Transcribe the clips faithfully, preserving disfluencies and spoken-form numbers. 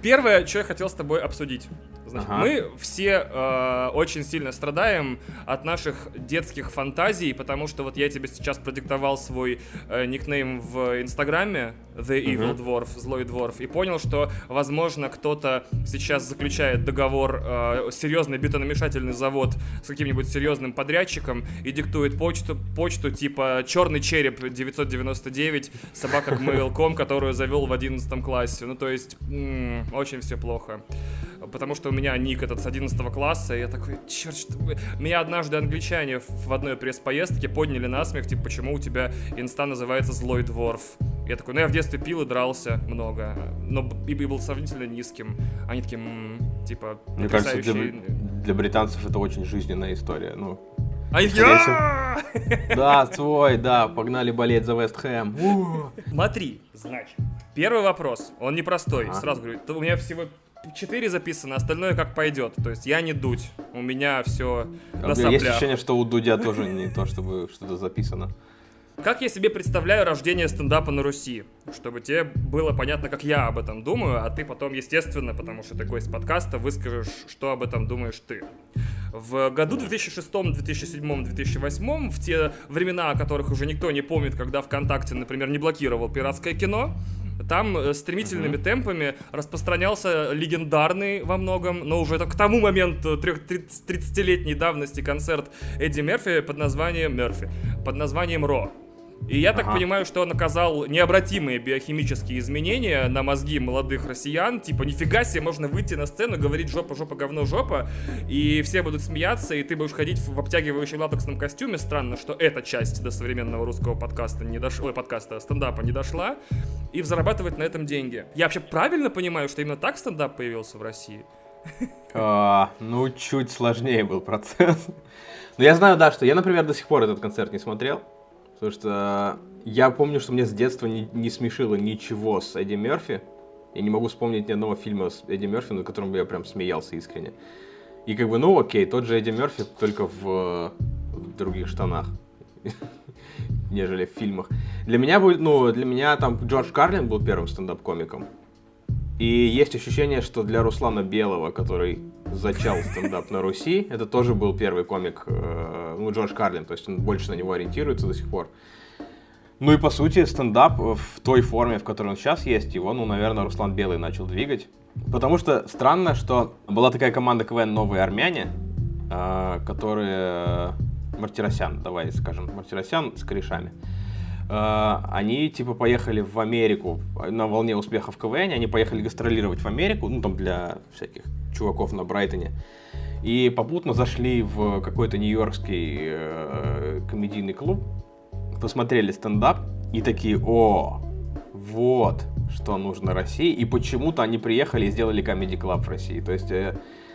первое, что я хотел с тобой обсудить. Значит, Ага. мы все э, очень сильно страдаем от наших детских фантазий, потому что вот я тебе сейчас продиктовал свой э, никнейм в Инстаграме, The Evil Dwarf, злой дворф, и понял, что, возможно, кто-то сейчас заключает договор, э, серьезный бетономешательный завод с каким-нибудь серьезным подрядчиком и диктует почту, почту типа «Черный череп девятьсот девяносто девять», собака gmail точка ком, которую завел в одиннадцатом классе. Ну, то есть, м- очень все плохо. Потому что у меня ник этот с одиннадцатого класса, и я такой, черт, что... Меня однажды англичане в одной пресс-поездке подняли на смех, типа, почему у тебя инста называется «Злой дворф». Я такой, ну я в детстве пил и дрался много, но и был сравнительно низким. Они такие, м-м, типа, Мне кажется, для, потрясающие. для британцев это очень жизненная история. Ну, Они такие, «А-а-а!» да, свой, да, погнали болеть за Вест Хэм. У. Смотри, значит, первый вопрос, он непростой, Ага. сразу говорю, то у меня всего четыре записано, остальное как пойдет. То есть я не дудь, у меня все А на у меня соплях. есть ощущение, что у Дудя тоже не то, чтобы что-то записано. Как я себе представляю рождение стендапа на Руси? Чтобы тебе было понятно, как я об этом думаю, а ты потом, естественно, потому что ты гость подкаста, выскажешь, что об этом думаешь ты. В году две тысячи шестом, две тысячи седьмом, две тысячи восьмом, в те времена, о которых уже никто не помнит, когда ВКонтакте, например, не блокировал пиратское кино, там э, стремительными mm-hmm. темпами распространялся легендарный во многом, но уже это к тому моменту тридцатилетней давности концерт Эдди Мерфи под названием Мерфи, под названием «Ро». И я так Ага. понимаю, что он оказал необратимые биохимические изменения на мозги молодых россиян. Типа, нифига себе, можно выйти на сцену, говорить жопа, жопа, говно, жопа, и все будут смеяться, и ты будешь ходить в обтягивающем латексном костюме. Странно, что эта часть до современного русского подкаста не дошла, ой, подкаста, стендапа не дошла, и зарабатывать на этом деньги. Я вообще правильно понимаю, что именно так стендап появился в России? А, ну, чуть сложнее был процесс. Но я знаю, да, что я, например, до сих пор этот концерт не смотрел. Потому что я помню, что мне с детства не, не смешило ничего с Эдди Мерфи. Я не могу вспомнить ни одного фильма с Эдди Мерфи, над которым бы я прям смеялся искренне. И как бы, ну окей, тот же Эдди Мерфи, только в, в других штанах, нежели в фильмах. Для меня, был, ну, для меня там Джордж Карлин был первым стендап-комиком. И есть ощущение, что для Руслана Белого, который зачал стендап на Руси, это тоже был первый комик, э, ну, Джордж Карлин, то есть он больше на него ориентируется до сих пор. Ну и по сути стендап в той форме, в которой он сейчас есть, его, ну, наверное, Руслан Белый начал двигать. Потому что странно, что была такая команда КВН «Новые армяне», э, которые... Мартиросян, давай скажем, Мартиросян с корешами. Uh, они, типа, поехали в Америку на волне успеха в КВН, они поехали гастролировать в Америку, ну, там, для всяких чуваков на Брайтоне, и попутно зашли в какой-то нью-йоркский uh, комедийный клуб, посмотрели стендап, и такие, о, вот, что нужно России, и почему-то они приехали и сделали комеди-клаб в России, то есть... Uh,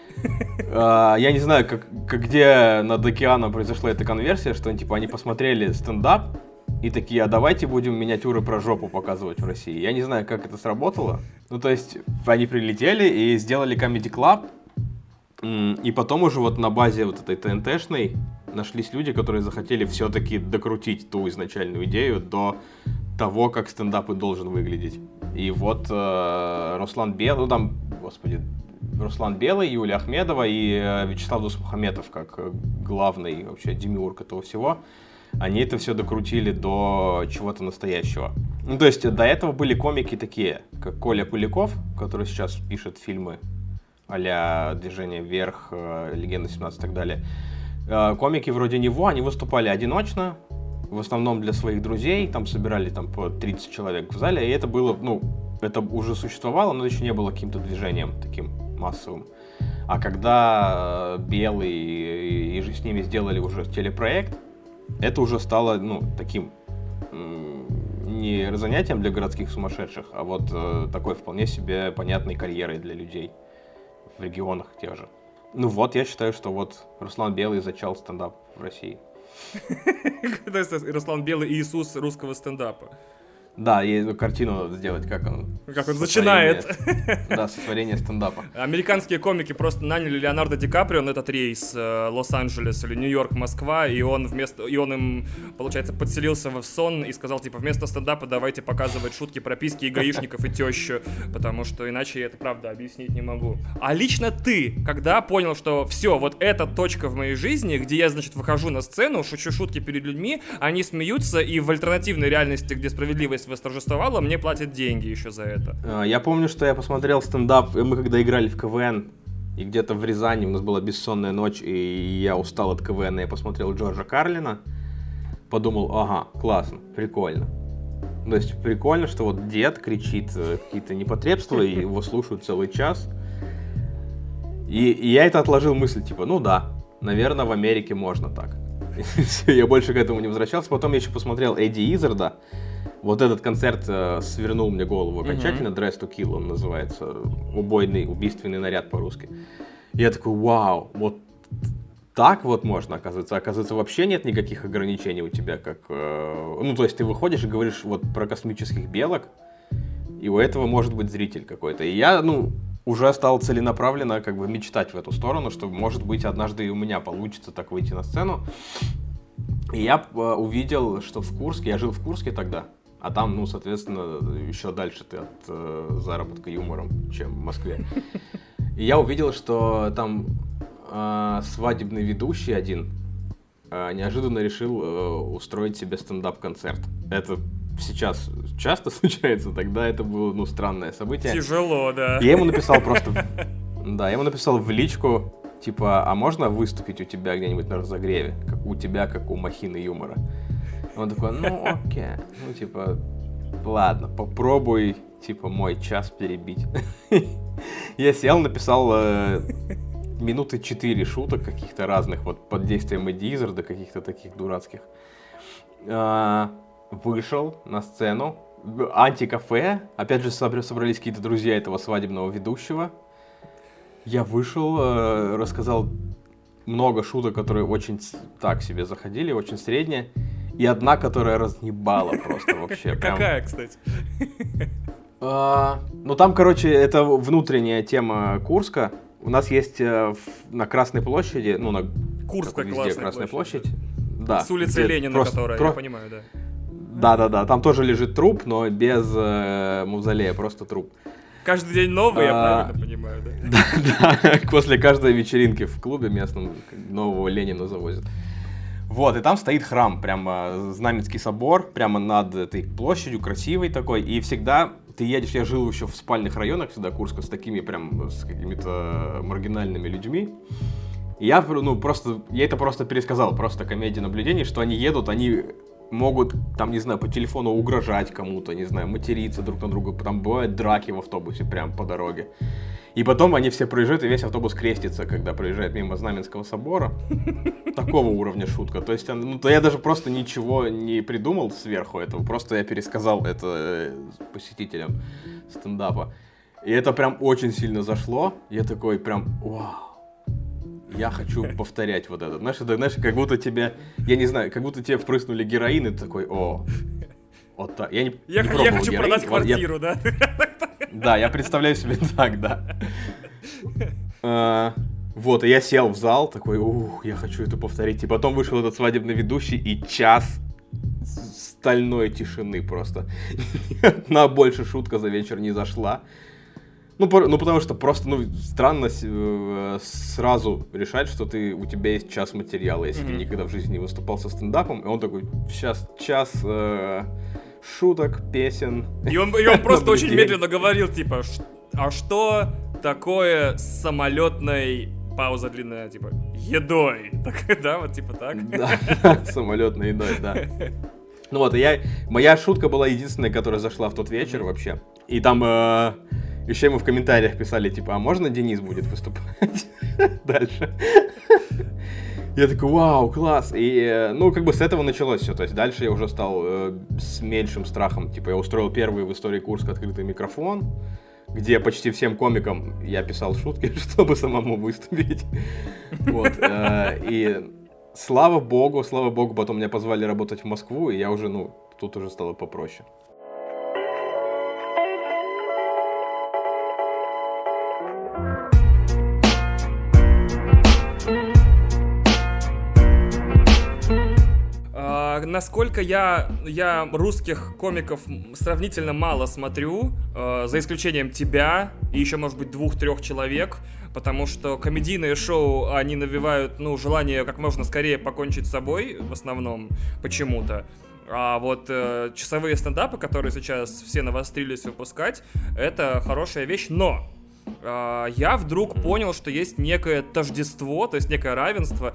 uh, я не знаю, как, как, где над океаном произошла эта конверсия, что, типа, они посмотрели стендап, и такие, а давайте будем миниатюры про жопу показывать в России. Я не знаю, как это сработало. Ну, то есть, они прилетели и сделали Comedy Club. И потом уже вот на базе вот этой ТНТшной нашлись люди, которые захотели все-таки докрутить ту изначальную идею до того, как стендап и должен выглядеть. И вот э, Руслан Белый, ну там, господи, Руслан Белый, Юлия Ахмедова и э, Вячеслав Дусмухаметов как главный вообще демиург этого всего. Они это все докрутили до чего-то настоящего. Ну, то есть, до этого были комики такие, как Коля Поляков, который сейчас пишет фильмы а-ля «Движение вверх», «Легенда семнадцать» и так далее. Комики вроде него, они выступали одиночно, в основном для своих друзей, там собирали там, по тридцать человек в зале, и это было, ну, это уже существовало, но еще не было каким-то движением таким массовым. А когда Белый и, и же с ними сделали уже телепроект, это уже стало, ну, таким не занятием для городских сумасшедших, а вот э, такой вполне себе понятной карьерой для людей в регионах тех же. Ну вот, я считаю, что вот Руслан Белый зачал стендап в России. Руслан Белый Иисус русского стендапа. Да, и ну, картину надо сделать, как он... Как он начинает. Да, сотворение стендапа. Американские комики просто наняли Леонардо Ди Каприо на этот рейс э, Лос-Анджелес или Нью-Йорк, Москва, и он вместо, и он им, получается, подселился в сон и сказал, типа, вместо стендапа давайте показывать шутки про письки и гаишников и тещу, потому что иначе я это, правда, объяснить не могу. А лично ты, когда понял, что все, вот эта точка в моей жизни, где я, значит, выхожу на сцену, шучу шутки перед людьми, они смеются, и в альтернативной реальности, где справедливость восторжествовала, мне платят деньги еще за это. Я помню, что я посмотрел стендап, мы когда играли в КВН, и где-то в Рязани у нас была бессонная ночь, и я устал от КВН, и я посмотрел Джорджа Карлина, подумал, ага, классно, прикольно. То есть прикольно, что вот дед кричит какие-то непотребства, и его слушают целый час. И, и я это отложил мысль, типа, ну да, наверное, в Америке можно так. Я больше к этому не возвращался. Потом я еще посмотрел Эдди Иззарда. Вот этот концерт э, свернул мне голову окончательно. Mm-hmm. Dress to Kill он называется. Убойный, убийственный наряд по-русски. И я такой, вау, вот так вот можно, оказывается. Оказывается, вообще нет никаких ограничений у тебя, как... Э, ну, то есть ты выходишь и говоришь вот про космических белок, и у этого может быть зритель какой-то. И я, ну, уже стал целенаправленно как бы мечтать в эту сторону, что, может быть, однажды и у меня получится так выйти на сцену. И я э, увидел, что в Курске, я жил в Курске тогда, а там, ну, соответственно, еще дальше ты от э, заработка юмором, чем в Москве. И я увидел, что там э, свадебный ведущий один э, неожиданно решил э, устроить себе стендап-концерт. Это сейчас часто случается, тогда это было, ну, странное событие. Тяжело, да. И я ему написал просто... Да, я ему написал в личку, типа, а можно выступить у тебя где-нибудь на разогреве? Как у тебя, как у махины юмора. Он такой, ну окей, ну типа, ладно, попробуй, типа, мой час перебить. Я сел, написал э, минуты четыре шуток каких-то разных, вот под действием Эдди Иззарда, каких-то таких дурацких. Э, вышел на сцену, антикафе, опять же собрались какие-то друзья этого свадебного ведущего. Я вышел, э, рассказал много шуток, которые очень так себе заходили, очень средние. И одна, которая разнебала просто вообще. Какая, кстати? Ну там, короче, это внутренняя тема Курска. У нас есть на Красной площади, ну на Курская Красная площадь. Да. С улицы Ленина, которая, я понимаю, да. Да-да-да, там тоже лежит труп, но без мавзолея, просто труп. Каждый день новый, я правильно понимаю, да? Да, после каждой вечеринки в клубе местном нового Ленина завозят. Вот, и там стоит храм, прямо Знаменский собор, прямо над этой площадью, красивый такой, и всегда ты едешь, я жил еще в спальных районах всегда Курска с такими прям, с какими-то маргинальными людьми, и я, ну, просто, я это просто пересказал, просто комедия наблюдений, что они едут, они могут, там, не знаю, по телефону угрожать кому-то, не знаю, материться друг на друга, там бывают драки в автобусе прям по дороге. И потом они все проезжают, и весь автобус крестится, когда проезжает мимо Знаменского собора. Такого уровня шутка. То есть, ну, то я даже просто ничего не придумал сверху этого, просто я пересказал это посетителям стендапа. И это прям очень сильно зашло. Я такой прям, вау. Я хочу повторять вот это. Знаешь, это, знаешь, как будто тебе, я не знаю, как будто тебе впрыснули героин, и ты такой, о, вот так. Я, не, я, не я хочу героин, продать квартиру, я, да? Да, я представляю себе так, да. А, вот, и я сел в зал, такой, ух, я хочу это повторить. И потом вышел этот свадебный ведущий, и час стальной тишины просто. Ни одна больше шутка за вечер не зашла. Ну, по, ну, потому что просто, ну, странно э, сразу решать, что ты, у тебя есть час материала, если mm-hmm. ты никогда в жизни не выступал со стендапом, и он такой, сейчас час э, шуток, песен. И он, и он просто очень медленно говорил, типа, а что такое с самолетной, пауза длинная, типа, едой? Так, да, вот типа так? Да, самолетной едой, да. Ну вот, и я, моя шутка была единственная, которая зашла в тот вечер mm-hmm. вообще, и там... Э, еще ему в комментариях писали, типа, а можно Денис будет выступать дальше? Я такой, вау, класс. И, ну, как бы с этого началось все. То есть дальше я уже стал э, с меньшим страхом. Типа, я устроил первый в истории Курска открытый микрофон, где почти всем комикам я писал шутки, чтобы самому выступить. Вот. Э, и слава богу, слава богу, потом меня позвали работать в Москву, и я уже, ну, тут уже стало попроще. насколько я, я русских комиков сравнительно мало смотрю, э, за исключением тебя и еще, может быть, двух-трех человек, потому что комедийные шоу, они навевают, ну, желание как можно скорее покончить с собой, в основном, почему-то. А вот э, часовые стендапы, которые сейчас все навострились выпускать, это хорошая вещь, но... я вдруг понял, что есть некое тождество, то есть некое равенство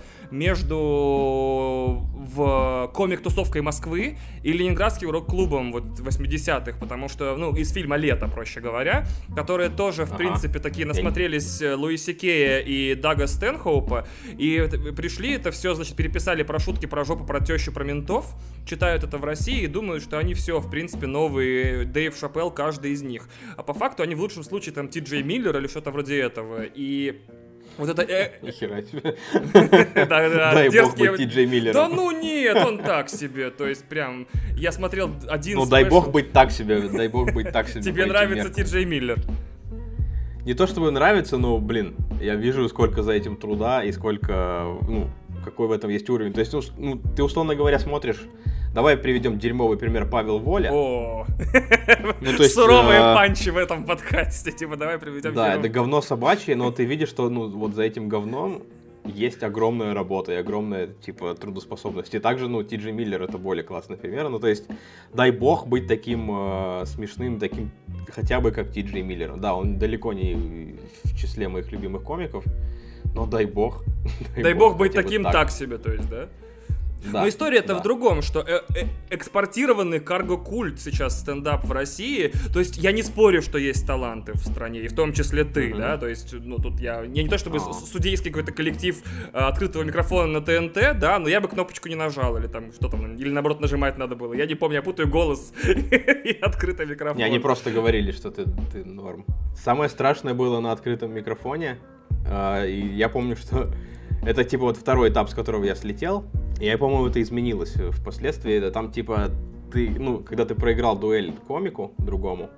между в комик-тусовкой Москвы и Ленинградским рок-клубом вот восьмидесятых, потому что, ну, из фильма «Лето», проще говоря, которые тоже, в ага. принципе, такие насмотрелись Луи Си Кея и Дага Стэнхоупа, и пришли, это все, значит, переписали про шутки, про жопу, про тещу, про ментов, читают это в России и думают, что они все, в принципе, новые Дэйв Шапелл, каждый из них. А по факту они в лучшем случае там Ти Джей Миллер или что-то вроде этого. И вот это... Нихера себе. Дай бог быть Ти Джей Миллером. Да ну нет, он так себе. То есть прям... Я смотрел один... Ну дай бог быть так себе. Дай бог быть так себе. Тебе нравится Ти Джей Миллер? Не то чтобы нравится, но, блин, я вижу, сколько за этим труда и сколько... Ну, какой в этом есть уровень. То есть, ну, ты, условно говоря, смотришь... Давай приведем дерьмовый пример Павел Воля. О, ну, то есть, суровые э... панчи в этом подкасте. Типа, давай приведем. Да, это говно собачье, но ты видишь, что ну вот за этим говном есть огромная работа и огромная типа трудоспособность. И также, ну, Ти Джей Миллер это более классный пример. Ну, то есть, дай бог быть таким э, смешным, таким хотя бы как Ти Джей Миллер. Да, он далеко не в числе моих любимых комиков, но дай бог. Дай, дай бог, бог быть таким так. так себе, то есть, да? Да, но история-то да. в другом, что э- э- экспортированный карго-культ сейчас стендап в России, то есть я не спорю, что есть таланты в стране, и в том числе ты, mm-hmm. да, то есть, ну, тут я, я не то чтобы oh. судейский какой-то коллектив э, открытого микрофона на Тэ Эн Тэ, да, но я бы кнопочку не нажал, или там, что там, или наоборот нажимать надо было, я не помню, я путаю голос и открытый микрофон. Не, они просто говорили, что ты, ты норм. Самое страшное было на открытом микрофоне, э, и я помню, что это типа вот второй этап, с которого я слетел. И я, по-моему, это изменилось впоследствии. Это там типа ты, ну, когда ты проиграл дуэль комику другому,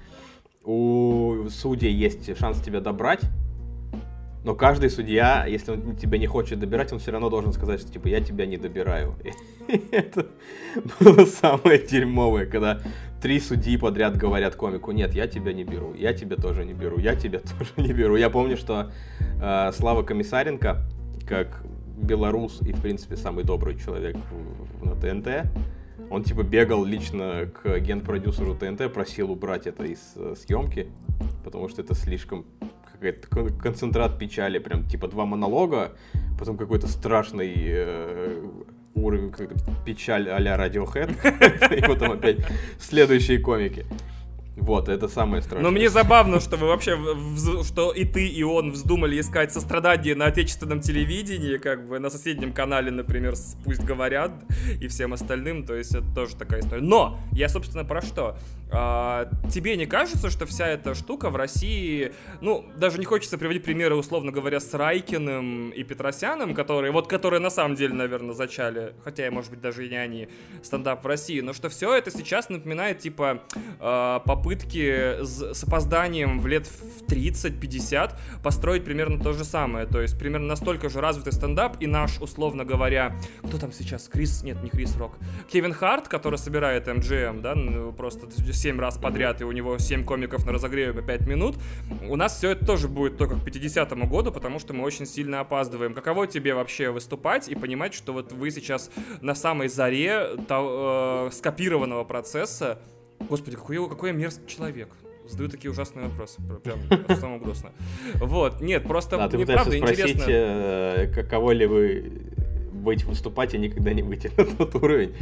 у судей есть шанс тебя добрать. Но каждый судья, если он тебя не хочет добирать, он все равно должен сказать, что типа я тебя не добираю. И это было самое дерьмовое, когда три судьи подряд говорят комику: нет, я тебя не беру, я тебя тоже не беру, я тебя тоже не беру. Я помню, что э, Слава Комиссаренко, как белорус и, в принципе, самый добрый человек на Тэ Эн Тэ, он, типа, бегал лично к генпродюсеру Тэ Эн Тэ, просил убрать это из э, съемки, потому что это слишком какой-то концентрат печали, прям, типа, два монолога, потом какой-то страшный э, уровень, какой-то печаль а-ля Radiohead, и потом опять следующие комики. Вот, это самое страшное. Но мне забавно, что вы вообще, что и ты, и он вздумали искать сострадание на отечественном телевидении, как бы на соседнем канале, например, «Пусть говорят» и всем остальным, то есть это тоже такая история. Но, я, собственно, про что? А, тебе не кажется, что вся эта штука в России, ну, даже не хочется приводить примеры, условно говоря, с Райкиным и Петросяном, которые, вот, которые на самом деле, наверное, зачали, хотя, может быть, даже и не они, стендап в России, но что все это сейчас напоминает, типа, попытки попытки с опозданием в лет в тридцать-пятьдесят построить примерно то же самое. То есть примерно настолько же развитый стендап, и наш, условно говоря, кто там сейчас? Крис? Нет, не Крис Рок. Кевин Харт, который собирает эм джи эм, да, просто семь раз подряд, и у него семь комиков на разогреве по пять минут. У нас все это тоже будет только к пятидесятому году, потому что мы очень сильно опаздываем. Каково тебе вообще выступать и понимать, что вот вы сейчас на самой заре то, э, скопированного процесса? Господи, какой, какой я мерзкий человек. Задаю такие ужасные вопросы. Прям самое грустно. Вот, нет, просто да, мне правда спросить, интересно. Э, каково ли вы быть выступать и никогда не выйти на тот уровень.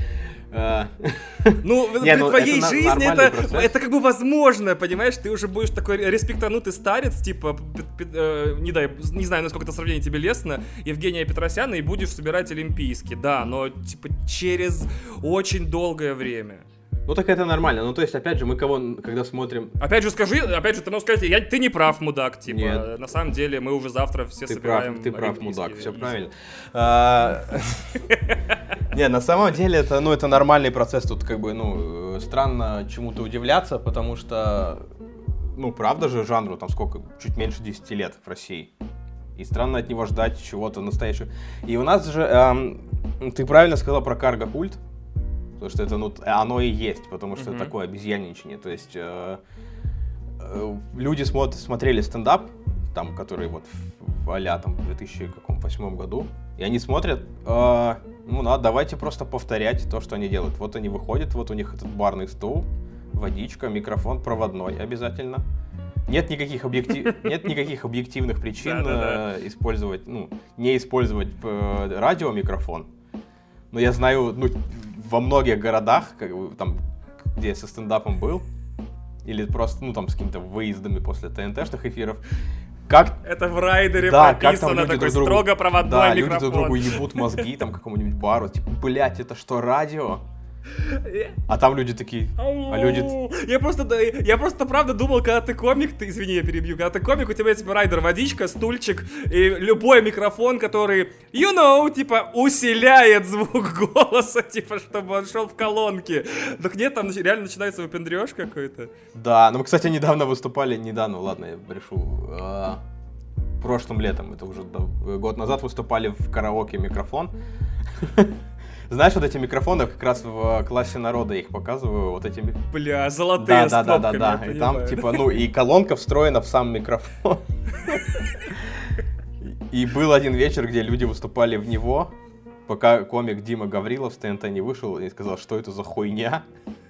Ну, при твоей жизни это, это как бы возможно, понимаешь? Ты уже будешь такой респектанутый старец, типа, не, дай, не знаю, насколько это сравнение тебе лестно, Евгения Петросяна, и будешь собирать олимпийский. Да, но типа через очень долгое время. Ну так это нормально, ну то есть опять же мы кого, когда смотрим... Опять же скажи, опять же ты можешь сказать, я, ты не прав, мудак, типа, Нет. На самом деле мы уже завтра все ты собираем... Прав, ты прав, мудак, все правильно. Не, на самом деле это, ну, это нормальный процесс, тут как бы, ну, странно чему-то удивляться, потому что, ну, правда же жанру там сколько, чуть меньше десяти лет в России. И странно от него ждать чего-то настоящего. И у нас же, эм, ты правильно сказал про карго-культ. Потому что это, ну, оно и есть, потому что Mm-hmm. это такое обезьянничание. То есть э, э, люди смотр, смотрели стендап, там, который вот в, а-ля там в две тысячи восьмом году, и они смотрят, э, ну, надо, давайте просто повторять то, что они делают. Вот они выходят, вот у них этот барный стул, водичка, микрофон проводной обязательно. Нет никаких, объектив... Нет никаких объективных причин использовать, ну, не использовать э, радиомикрофон. Но я знаю, ну, во многих городах, как, там, где я со стендапом был, или просто, ну, там, с какими-то выездами после ТНТ-шных эфиров, как... Это в райдере да, прописано, такой друг строго проводной да, микрофон. Да, люди друг другу ебут мозги, там, какому-нибудь бару, типа, блять, это что, радио? А там люди такие, а люди... Я просто, я просто правда думал, когда ты комик, ты, извини, я перебью, когда ты комик, у тебя типа райдер, водичка, стульчик и любой микрофон, который, you know, типа, усиляет звук голоса, типа, чтобы он шел в колонки. Так нет, там реально начинается выпендрёж какой-то. Да, ну мы, кстати, недавно выступали, недавно, ладно, я решу, э, прошлым летом, это уже год назад выступали в караоке «Микрофон». Знаешь, вот эти микрофоны, как раз в классе народа их показываю, вот эти... Бля, золотые да, с да, кнопками, да, да, да. И там, типа, ну, и колонка встроена в сам микрофон. И был один вечер, где люди выступали в него, пока комик Дима Гаврилов с ТНТ не вышел и сказал, что это за хуйня.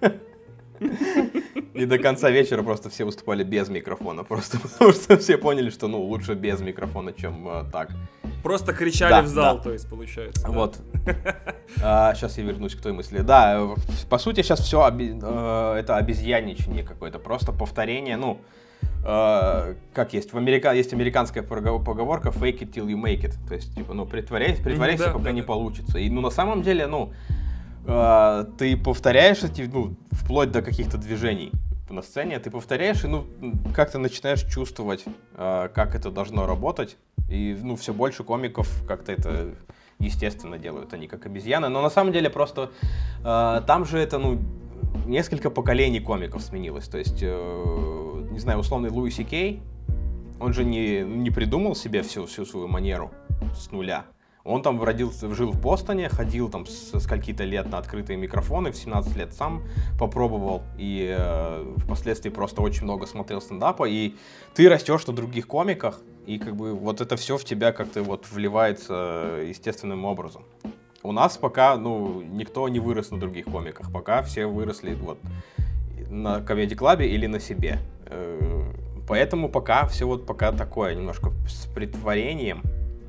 И до конца вечера просто все выступали без микрофона, просто потому что все поняли, что, ну, лучше без микрофона, чем э, так. Просто кричали да, в зал, да. то есть, получается. Вот. А, сейчас я вернусь к той мысли. Да, по сути, сейчас все оби- э, это обезьянничание какое-то, просто повторение, ну, э, как есть, в Америка... есть американская поговорка fake it till you make it, то есть, типа, ну, притворяйся, притворяйся, да, пока да, не да. получится. И, ну, на самом деле, ну, э, ты повторяешь эти, ну, вплоть до каких-то движений на сцене, ты повторяешь, и, ну, как-то начинаешь чувствовать, э, как это должно работать. И, ну, все больше комиков как-то это естественно делают, они как обезьяны. Но на самом деле просто э, там же это, ну, несколько поколений комиков сменилось. То есть, э, не знаю, условный Луи Си Кей, он же не, не придумал себе всю, всю свою манеру с нуля. Он там родился, жил в Бостоне, ходил там с скольки-то лет на открытые микрофоны, в семнадцать лет сам попробовал, и э, впоследствии просто очень много смотрел стендапа, и ты растешь на других комиках, и как бы вот это все в тебя как-то вот вливается естественным образом. У нас пока, ну, никто не вырос на других комиках, пока все выросли вот на Comedy Club или на себе. Э, поэтому пока все вот пока такое, немножко с притворением.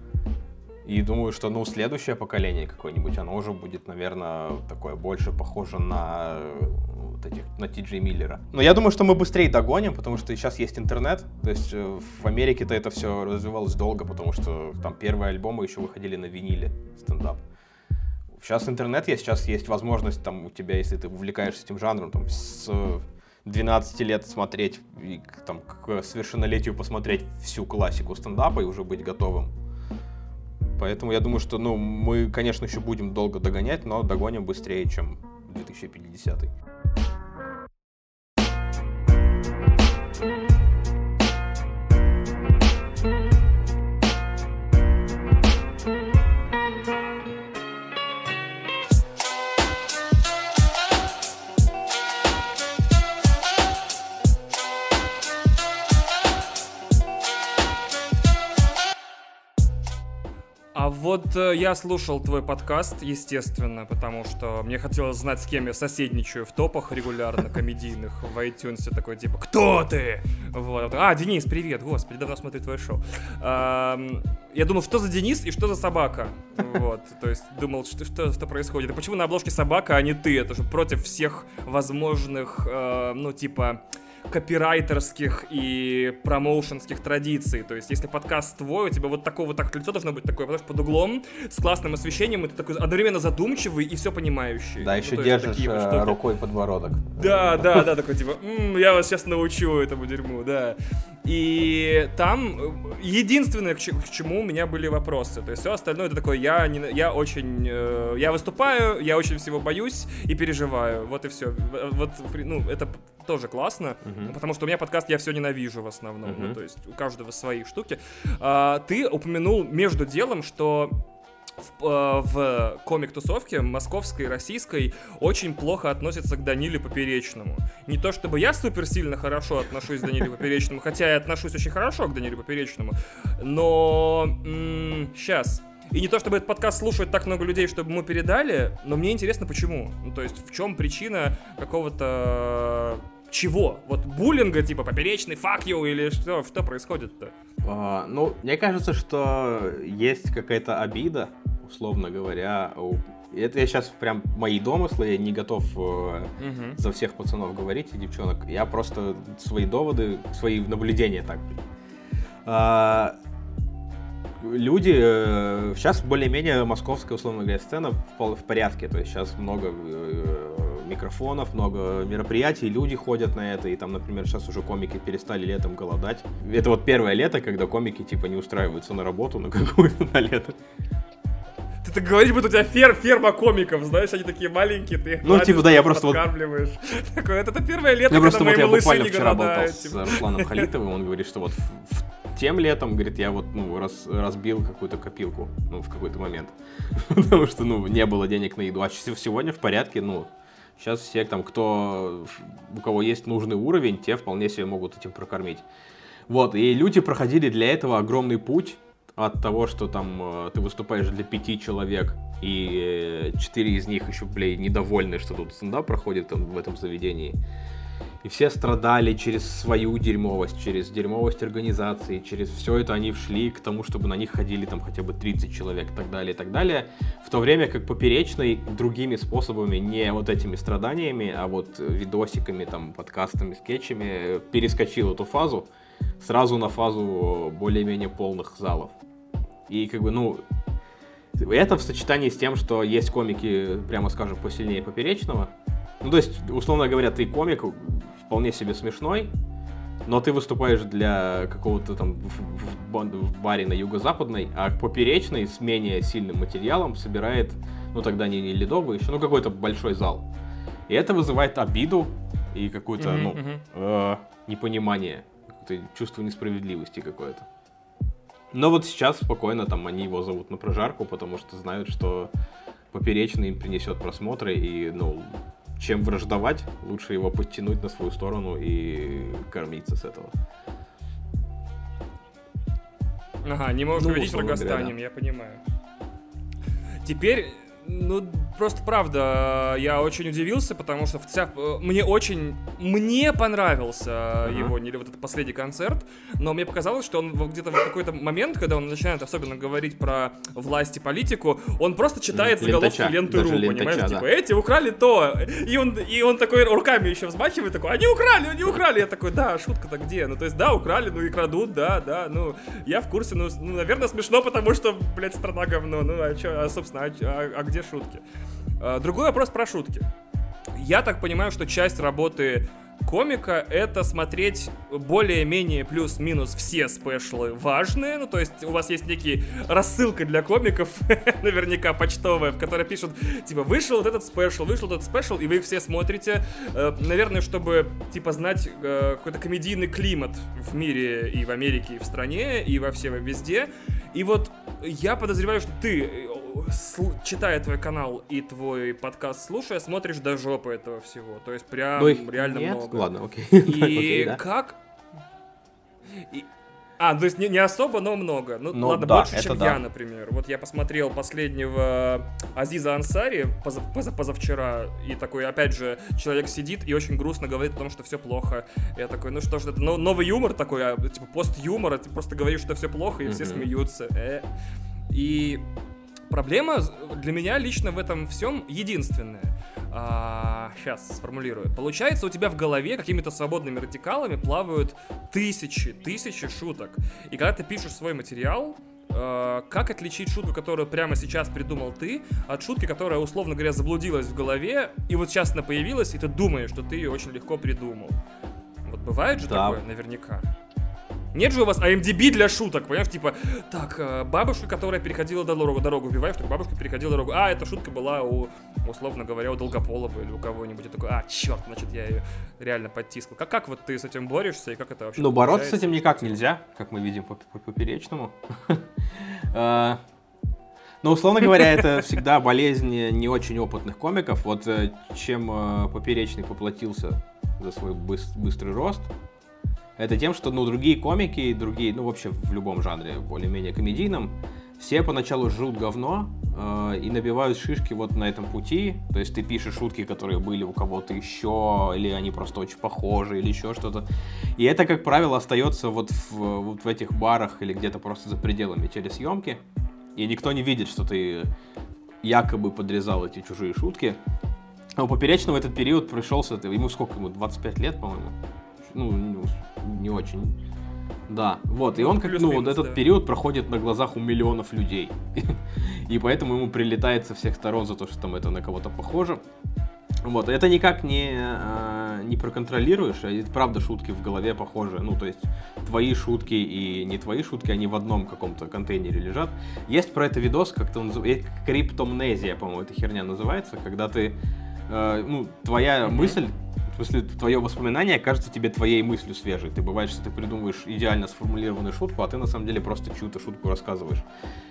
И думаю, что, ну, следующее поколение какое-нибудь, оно уже будет, наверное, такое больше похоже на вот этих, на Ти Джей Миллера. Но я думаю, что мы быстрее догоним, потому что сейчас есть интернет. То есть в Америке-то это все развивалось долго, потому что там первые альбомы еще выходили на виниле, стендап. Сейчас интернет есть, сейчас есть возможность там у тебя, если ты увлекаешься этим жанром, там с двенадцати лет смотреть, и, там, к совершеннолетию посмотреть всю классику стендапа и уже быть готовым. Поэтому я думаю, что, ну, мы, конечно, еще будем долго догонять, но догоним быстрее, чем две тысячи пятидесятый. А вот э, я слушал твой подкаст, естественно, потому что мне хотелось знать, с кем я соседничаю в топах регулярно комедийных в iTunes, такой типа «Кто ты?» Вот. А, Денис, привет, господи, давно смотрю твое шоу. А, я думал, что за Денис и что за собака? Вот, то есть думал, что, что, что происходит. И почему на обложке собака, а не ты? Это же против всех возможных, э, ну, типа... копирайтерских и промоушенских традиций. То есть, если подкаст твой, у тебя вот такое вот так лицо должно быть такое, потому что под углом, с классным освещением, и ты такой одновременно задумчивый и все понимающий. Да, ну, еще держишь вот рукой подбородок. Да, да, да, такой типа, м-м, я вас сейчас научу этому дерьму, да. И там единственное, к чему у меня были вопросы. То есть все остальное это такое, я, не, я очень, э, я выступаю, я очень всего боюсь и переживаю. Вот и все. Вот, ну, это тоже классно, uh-huh. потому что у меня подкаст «Я все ненавижу» в основном. Uh-huh. Ну, то есть у каждого свои штуки. А, ты упомянул между делом, что в, в комик-тусовке московской, российской очень плохо относятся к Даниле Поперечному. Не то чтобы я супер сильно хорошо отношусь к Даниле Поперечному, хотя я отношусь очень хорошо к Даниле Поперечному, но м- сейчас... И не то, чтобы этот подкаст слушает так много людей, чтобы ему передали, но мне интересно, почему. Ну, то есть, в чем причина какого-то... Чего? Вот буллинга, типа, поперечный, fuck you, или что? Что происходит-то? А, ну, мне кажется, что есть какая-то обида, условно говоря. Это я сейчас прям мои домыслы, я не готов uh-huh. за всех пацанов говорить и девчонок. Я просто свои доводы, свои наблюдения так. А, люди, сейчас более-менее московская, условно говоря, сцена в, в порядке, то есть сейчас много микрофонов, много мероприятий, люди ходят на это, и там, например, сейчас уже комики перестали летом голодать. Это вот первое лето, когда комики типа не устраиваются на работу на какую-то на лето. Ты так говоришь, будто у тебя фер, ферма комиков, знаешь, они такие маленькие, ты их ну, типа, да, я просто подкармливаешь. Вот... Такое, это, это первое лето, я когда просто, мои вот, малыши я не вчера голодают. болтал типа. с Русланом Халитовым, он говорит, что вот в, тем летом, говорит, я вот, ну, раз, разбил какую-то копилку, ну, в какой-то момент. Потому что, ну, не было денег на еду. А сегодня в порядке, ну, сейчас все там, кто, у кого есть нужный уровень, те вполне себе могут этим прокормить. Вот, и люди проходили для этого огромный путь от того, что там ты выступаешь для пяти человек, и четыре из них еще, блин, недовольны, что тут стендап проходит там, в этом заведении. И все страдали через свою дерьмовость, через дерьмовость организации, через все это они шли к тому, чтобы на них ходили там хотя бы тридцать человек и так далее, и так далее. В то время как Поперечный другими способами, не вот этими страданиями, а вот видосиками, там, подкастами, скетчами перескочил эту фазу сразу на фазу более-менее полных залов. И как бы, ну, это в сочетании с тем, что есть комики, прямо скажем, посильнее Поперечного. Ну, то есть, условно говоря, ты комик вполне себе смешной, но ты выступаешь для какого-то там в, в, в баре на юго-западной, а Поперечный с менее сильным материалом собирает, ну, тогда не, не ледовый еще, ну, какой-то большой зал. И это вызывает обиду и какое-то, mm-hmm, ну, mm-hmm. Э, непонимание, какое-то чувство несправедливости какое-то. Но вот сейчас спокойно там они его зовут на прожарку, потому что знают, что Поперечный им принесет просмотры, и, ну, чем враждовать, лучше его подтянуть на свою сторону и кормиться с этого. Ага, не можешь победить ну, врагостанием, да. Я понимаю. Теперь, ну, просто правда, я очень удивился, потому что в ця... мне очень, мне понравился uh-huh. его, не вот этот последний концерт, но мне показалось, что он где-то в какой-то момент, когда он начинает особенно говорить про власть и политику, он просто читает заголовки Ленты.ру, понимаешь, да. Типа, эти украли то, и он, и он такой руками еще взмахивает, такой, они украли, они украли, я такой, да, шутка-то где, ну, то есть, да, украли, ну, и крадут, да, да, ну, я в курсе, ну, ну наверное, смешно, потому что, блядь, страна говно, ну, а что, а, собственно, а, а, а где шутки? Другой вопрос про шутки. Я так понимаю, что часть работы комика — это смотреть более-менее плюс-минус все спешлы важные. Ну, то есть у вас есть некие рассылка для комиков, наверняка почтовая, в которой пишут, типа, вышел вот этот спешл, вышел вот этот спешл, и вы их все смотрите. Наверное, чтобы, типа, знать какой-то комедийный климат в мире и в Америке, и в стране, и во всем, и везде. И вот я подозреваю, что ты, читая твой канал и твой подкаст слушая, смотришь до жопы этого всего. То есть прям ну, реально нет? много. Ладно, окей. И окей, да. как... И... А, то есть не, не особо, но много. Ну, ну ладно, да, больше, чем да. я, например. Вот я посмотрел последнего Азиза Ансари позав, позав, позавчера, и такой, опять же, человек сидит и очень грустно говорит о том, что все плохо. Я такой, ну что ж, это новый юмор такой, а, типа пост-юмор, ты просто говоришь, что все плохо, и mm-hmm. все смеются. Э. И проблема для меня лично в этом всем единственная. А, сейчас сформулирую. Получается, у тебя в голове какими-то свободными радикалами плавают тысячи, тысячи шуток. И когда ты пишешь свой материал, а, как отличить шутку, которую прямо сейчас придумал ты, от шутки, которая, условно говоря, заблудилась в голове, и вот сейчас она появилась, и ты думаешь, что ты ее очень легко придумал. Вот бывает же да. такое наверняка. Нет же у вас ай эм ди би для шуток, понимаешь, типа, так, бабушка, которая переходила дорогу, дорогу вбиваешь, так бабушка переходила дорогу, а, эта шутка была у, условно говоря, у Долгополова или у кого-нибудь, и такой, а, черт, значит, я ее реально подтискал. Как, как вот ты с этим борешься, и как это вообще Ну, бороться с этим никак нельзя, как мы видим по, по Поперечному. Но, условно говоря, это всегда болезнь не очень опытных комиков. Вот чем Поперечный поплатился за свой быстрый рост, это тем, что, ну, другие комики, другие, ну, вообще в любом жанре, более-менее комедийном, все поначалу жрут говно э, и набивают шишки вот на этом пути. То есть ты пишешь шутки, которые были у кого-то еще, или они просто очень похожи, или еще что-то. И это, как правило, остается вот в, вот в этих барах или где-то просто за пределами телесъемки. И никто не видит, что ты якобы подрезал эти чужие шутки. А у Поперечного этот период пришелся, ему сколько, ему двадцать пять лет, по-моему? Ну, не, не очень. Да, вот, и он как, ну, вот этот да. период проходит на глазах у миллионов людей. И поэтому ему прилетает со всех сторон за то, что там это на кого-то похоже. Вот, это никак не, а, не проконтролируешь, а это правда шутки в голове похожи. Ну, то есть, твои шутки и не твои шутки, они в одном каком-то контейнере лежат. Есть про это видос, как-то он называется, криптомнезия, по-моему, эта херня называется, когда ты, э, ну, твоя mm-hmm. мысль, в смысле, твое воспоминание кажется тебе твоей мыслью свежей. Ты бывает, что ты придумываешь идеально сформулированную шутку, а ты на самом деле просто чью-то шутку рассказываешь.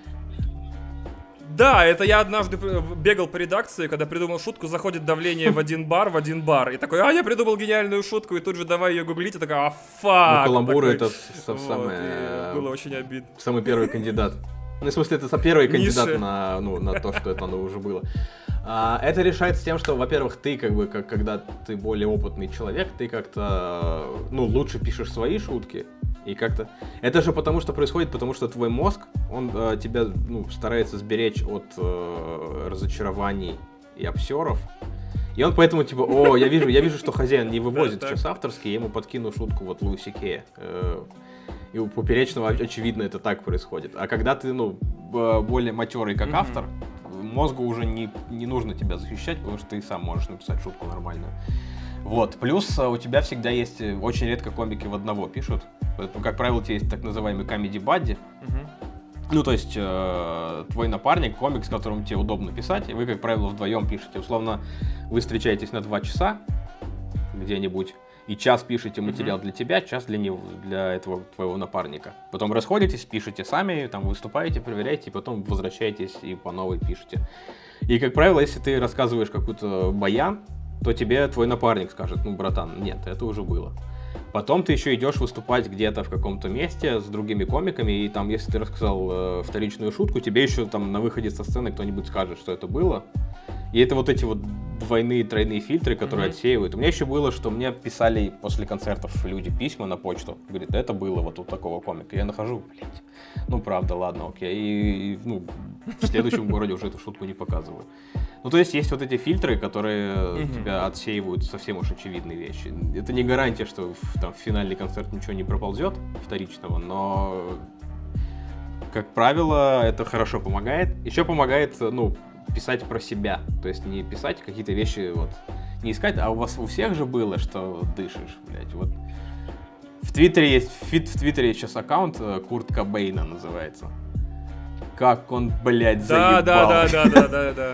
Да, это я однажды бегал по редакции, когда придумал шутку, заходит давление в один бар, в один бар, и такой, а, я придумал гениальную шутку, и тут же давай ее гуглить, и такой, а, фак! Ну, каламбур такой, это вот, самое... Было очень обидно. Самый первый кандидат. Ну, в смысле, это первый кандидат на, ну, на то, что это оно уже было. А, это решается тем, что, во-первых, ты, как бы, как, когда ты более опытный человек, ты как-то, ну, лучше пишешь свои шутки, и как-то... Это же потому, что происходит, потому что твой мозг, он э, тебя, ну, старается сберечь от э, разочарований и обсеров, и он поэтому, типа, о, я вижу, я вижу, что хозяин не вывозит сейчас авторский, я ему подкину шутку, вот, Луиси Кея. И у Поперечного, очевидно, это так происходит. А когда ты, ну, более матерый как mm-hmm. автор, мозгу уже не, не нужно тебя защищать, потому что ты сам можешь написать шутку нормальную. Вот. Плюс у тебя всегда есть... Очень редко комики в одного пишут. Поэтому, как правило, у тебя есть так называемый comedy buddy. Mm-hmm. Ну, то есть, э, твой напарник, комик, с которым тебе удобно писать, и вы, как правило, вдвоем пишете. Условно, вы встречаетесь на два часа где-нибудь, и час пишете материал mm-hmm. для тебя, час для него, для этого твоего напарника. Потом расходитесь, пишете сами, там выступаете, проверяете, и потом возвращаетесь и по новой пишете. И, как правило, если ты рассказываешь какой-то баян, то тебе твой напарник скажет, ну, братан, нет, это уже было. Потом ты еще идешь выступать где-то в каком-то месте с другими комиками, и там, если ты рассказал э, вторичную шутку, тебе еще там на выходе со сцены кто-нибудь скажет, что это было. И это вот эти вот двойные, тройные фильтры, которые mm-hmm. отсеивают. У меня еще было, что мне писали после концертов люди письма на почту. Говорит, это было вот у такого комика. Я нахожу, блядь, ну правда, ладно, окей. И, и ну, в следующем городе уже эту шутку не показываю. Ну, то есть есть вот эти фильтры, которые mm-hmm. тебя отсеивают совсем уж очевидные вещи. Это не гарантия, что в, там, в финальный концерт ничего не проползет вторичного, но, как правило, это хорошо помогает. Еще помогает, ну, писать про себя, то есть не писать какие-то вещи, вот, не искать, а у вас у всех же было, что дышишь, блядь, вот. В Твиттере есть, в, в Твиттере есть сейчас аккаунт Курт Кобейна называется. Как он, блядь, заебал. Да, да, да, да, да, да.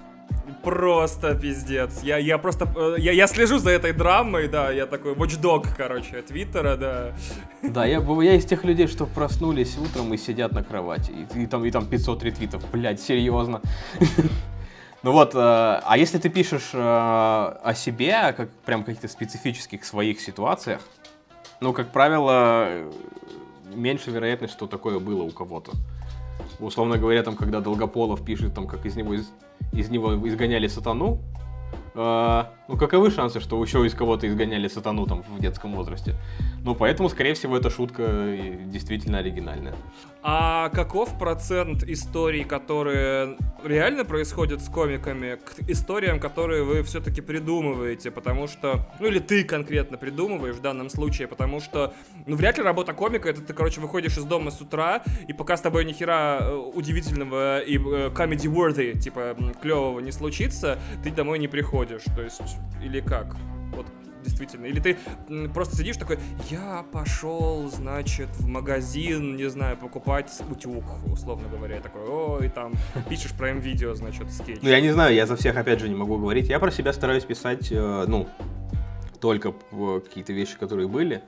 Просто пиздец. Я, я просто, я, я слежу за этой драмой, да, я такой watchdog, короче, Твиттера, да. Да, я, я из тех людей, что проснулись утром и сидят на кровати, и, и, там, и там пятьсот ретвитов, блядь, серьезно. Ну вот, а если ты пишешь о себе, как прям каких-то специфических своих ситуациях, ну, как правило, меньше вероятность, что такое было у кого-то. Условно говоря, там, когда Долгополов пишет, там, как из него, из, из него изгоняли сатану, э, ну, каковы шансы, что еще из кого-то изгоняли сатану там в детском возрасте? Ну, поэтому, скорее всего, эта шутка действительно оригинальная. А каков процент историй, которые реально происходят с комиками, к историям, которые вы все-таки придумываете? Потому что, ну или ты конкретно придумываешь в данном случае, потому что, ну, вряд ли работа комика, это ты, короче, выходишь из дома с утра, и пока с тобой ни хера удивительного и comedy-worthy, типа, клевого не случится, ты домой не приходишь. То есть, или как? Вот. Действительно. Или ты просто сидишь такой, я пошел, значит, в магазин, не знаю, покупать утюг, условно говоря. Я такой, ой, там, пишешь про эм-видео, значит, скетч. Ну, я не знаю, я за всех, опять же, не могу говорить. Я про себя стараюсь писать, э, ну, только какие-то вещи, которые были.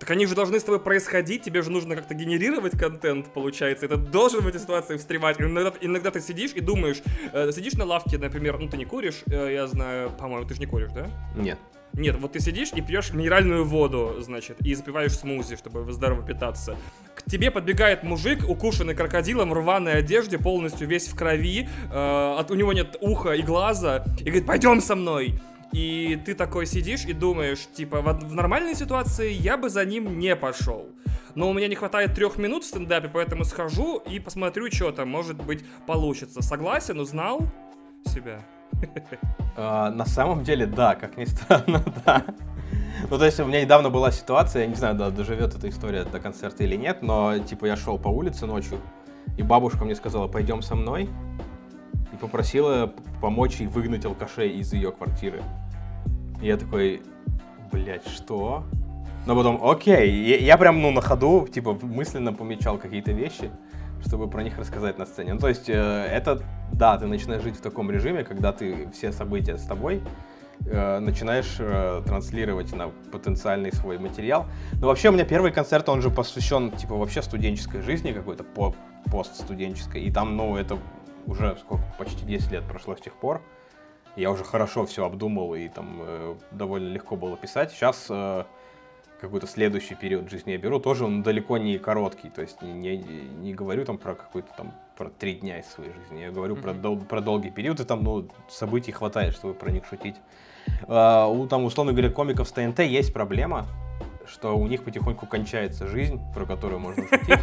Так они же должны с тобой происходить, тебе же нужно как-то генерировать контент, получается. Это должен в этой ситуации встревать. Иногда, иногда ты сидишь и думаешь, э, сидишь на лавке, например, ну ты не куришь, э, я знаю, по-моему, ты же не куришь, да? Нет. Нет, вот ты сидишь и пьешь минеральную воду, значит, и запиваешь смузи, чтобы здорово питаться. К тебе подбегает мужик, укушенный крокодилом, в рваной одежде, полностью весь в крови, э, от, у него нет уха и глаза, и говорит, пойдем со мной. И ты такой сидишь и думаешь, типа, в, в нормальной ситуации я бы за ним не пошел. Но у меня не хватает трех минут в стендапе, поэтому схожу и посмотрю, что там, может быть, получится. Согласен, узнал себя? А, на самом деле, да, как ни странно, да. Ну, то есть, у меня недавно была ситуация, я не знаю, да, доживет эта история до концерта или нет, но, типа, я шел по улице ночью, и бабушка мне сказала, пойдем со мной, и попросила помочь ей выгнать алкашей из ее квартиры. И я такой, блядь, что? Но потом, окей, я, я прям, ну, на ходу, типа, мысленно помечал какие-то вещи, чтобы про них рассказать на сцене. Ну, то есть, э, это, да, ты начинаешь жить в таком режиме, когда ты все события с тобой э, начинаешь э, транслировать на потенциальный свой материал. Но вообще у меня первый концерт, он же посвящен, типа, вообще студенческой жизни, какой-то по- постстуденческой. И там, ну, это уже сколько, почти десять лет прошло с тех пор. Я уже хорошо все обдумал, и там э, довольно легко было писать. Сейчас э, какой-то следующий период жизни я беру, тоже он далеко не короткий, то есть не, не, не говорю там про какой-то там, про три дня из своей жизни, я говорю mm-hmm. про, дол- про долгий период, и там, ну, событий хватает, чтобы про них шутить. А, у, там, условно говоря, комиков с ТНТ есть проблема, что у них потихоньку кончается жизнь, про которую можно шутить.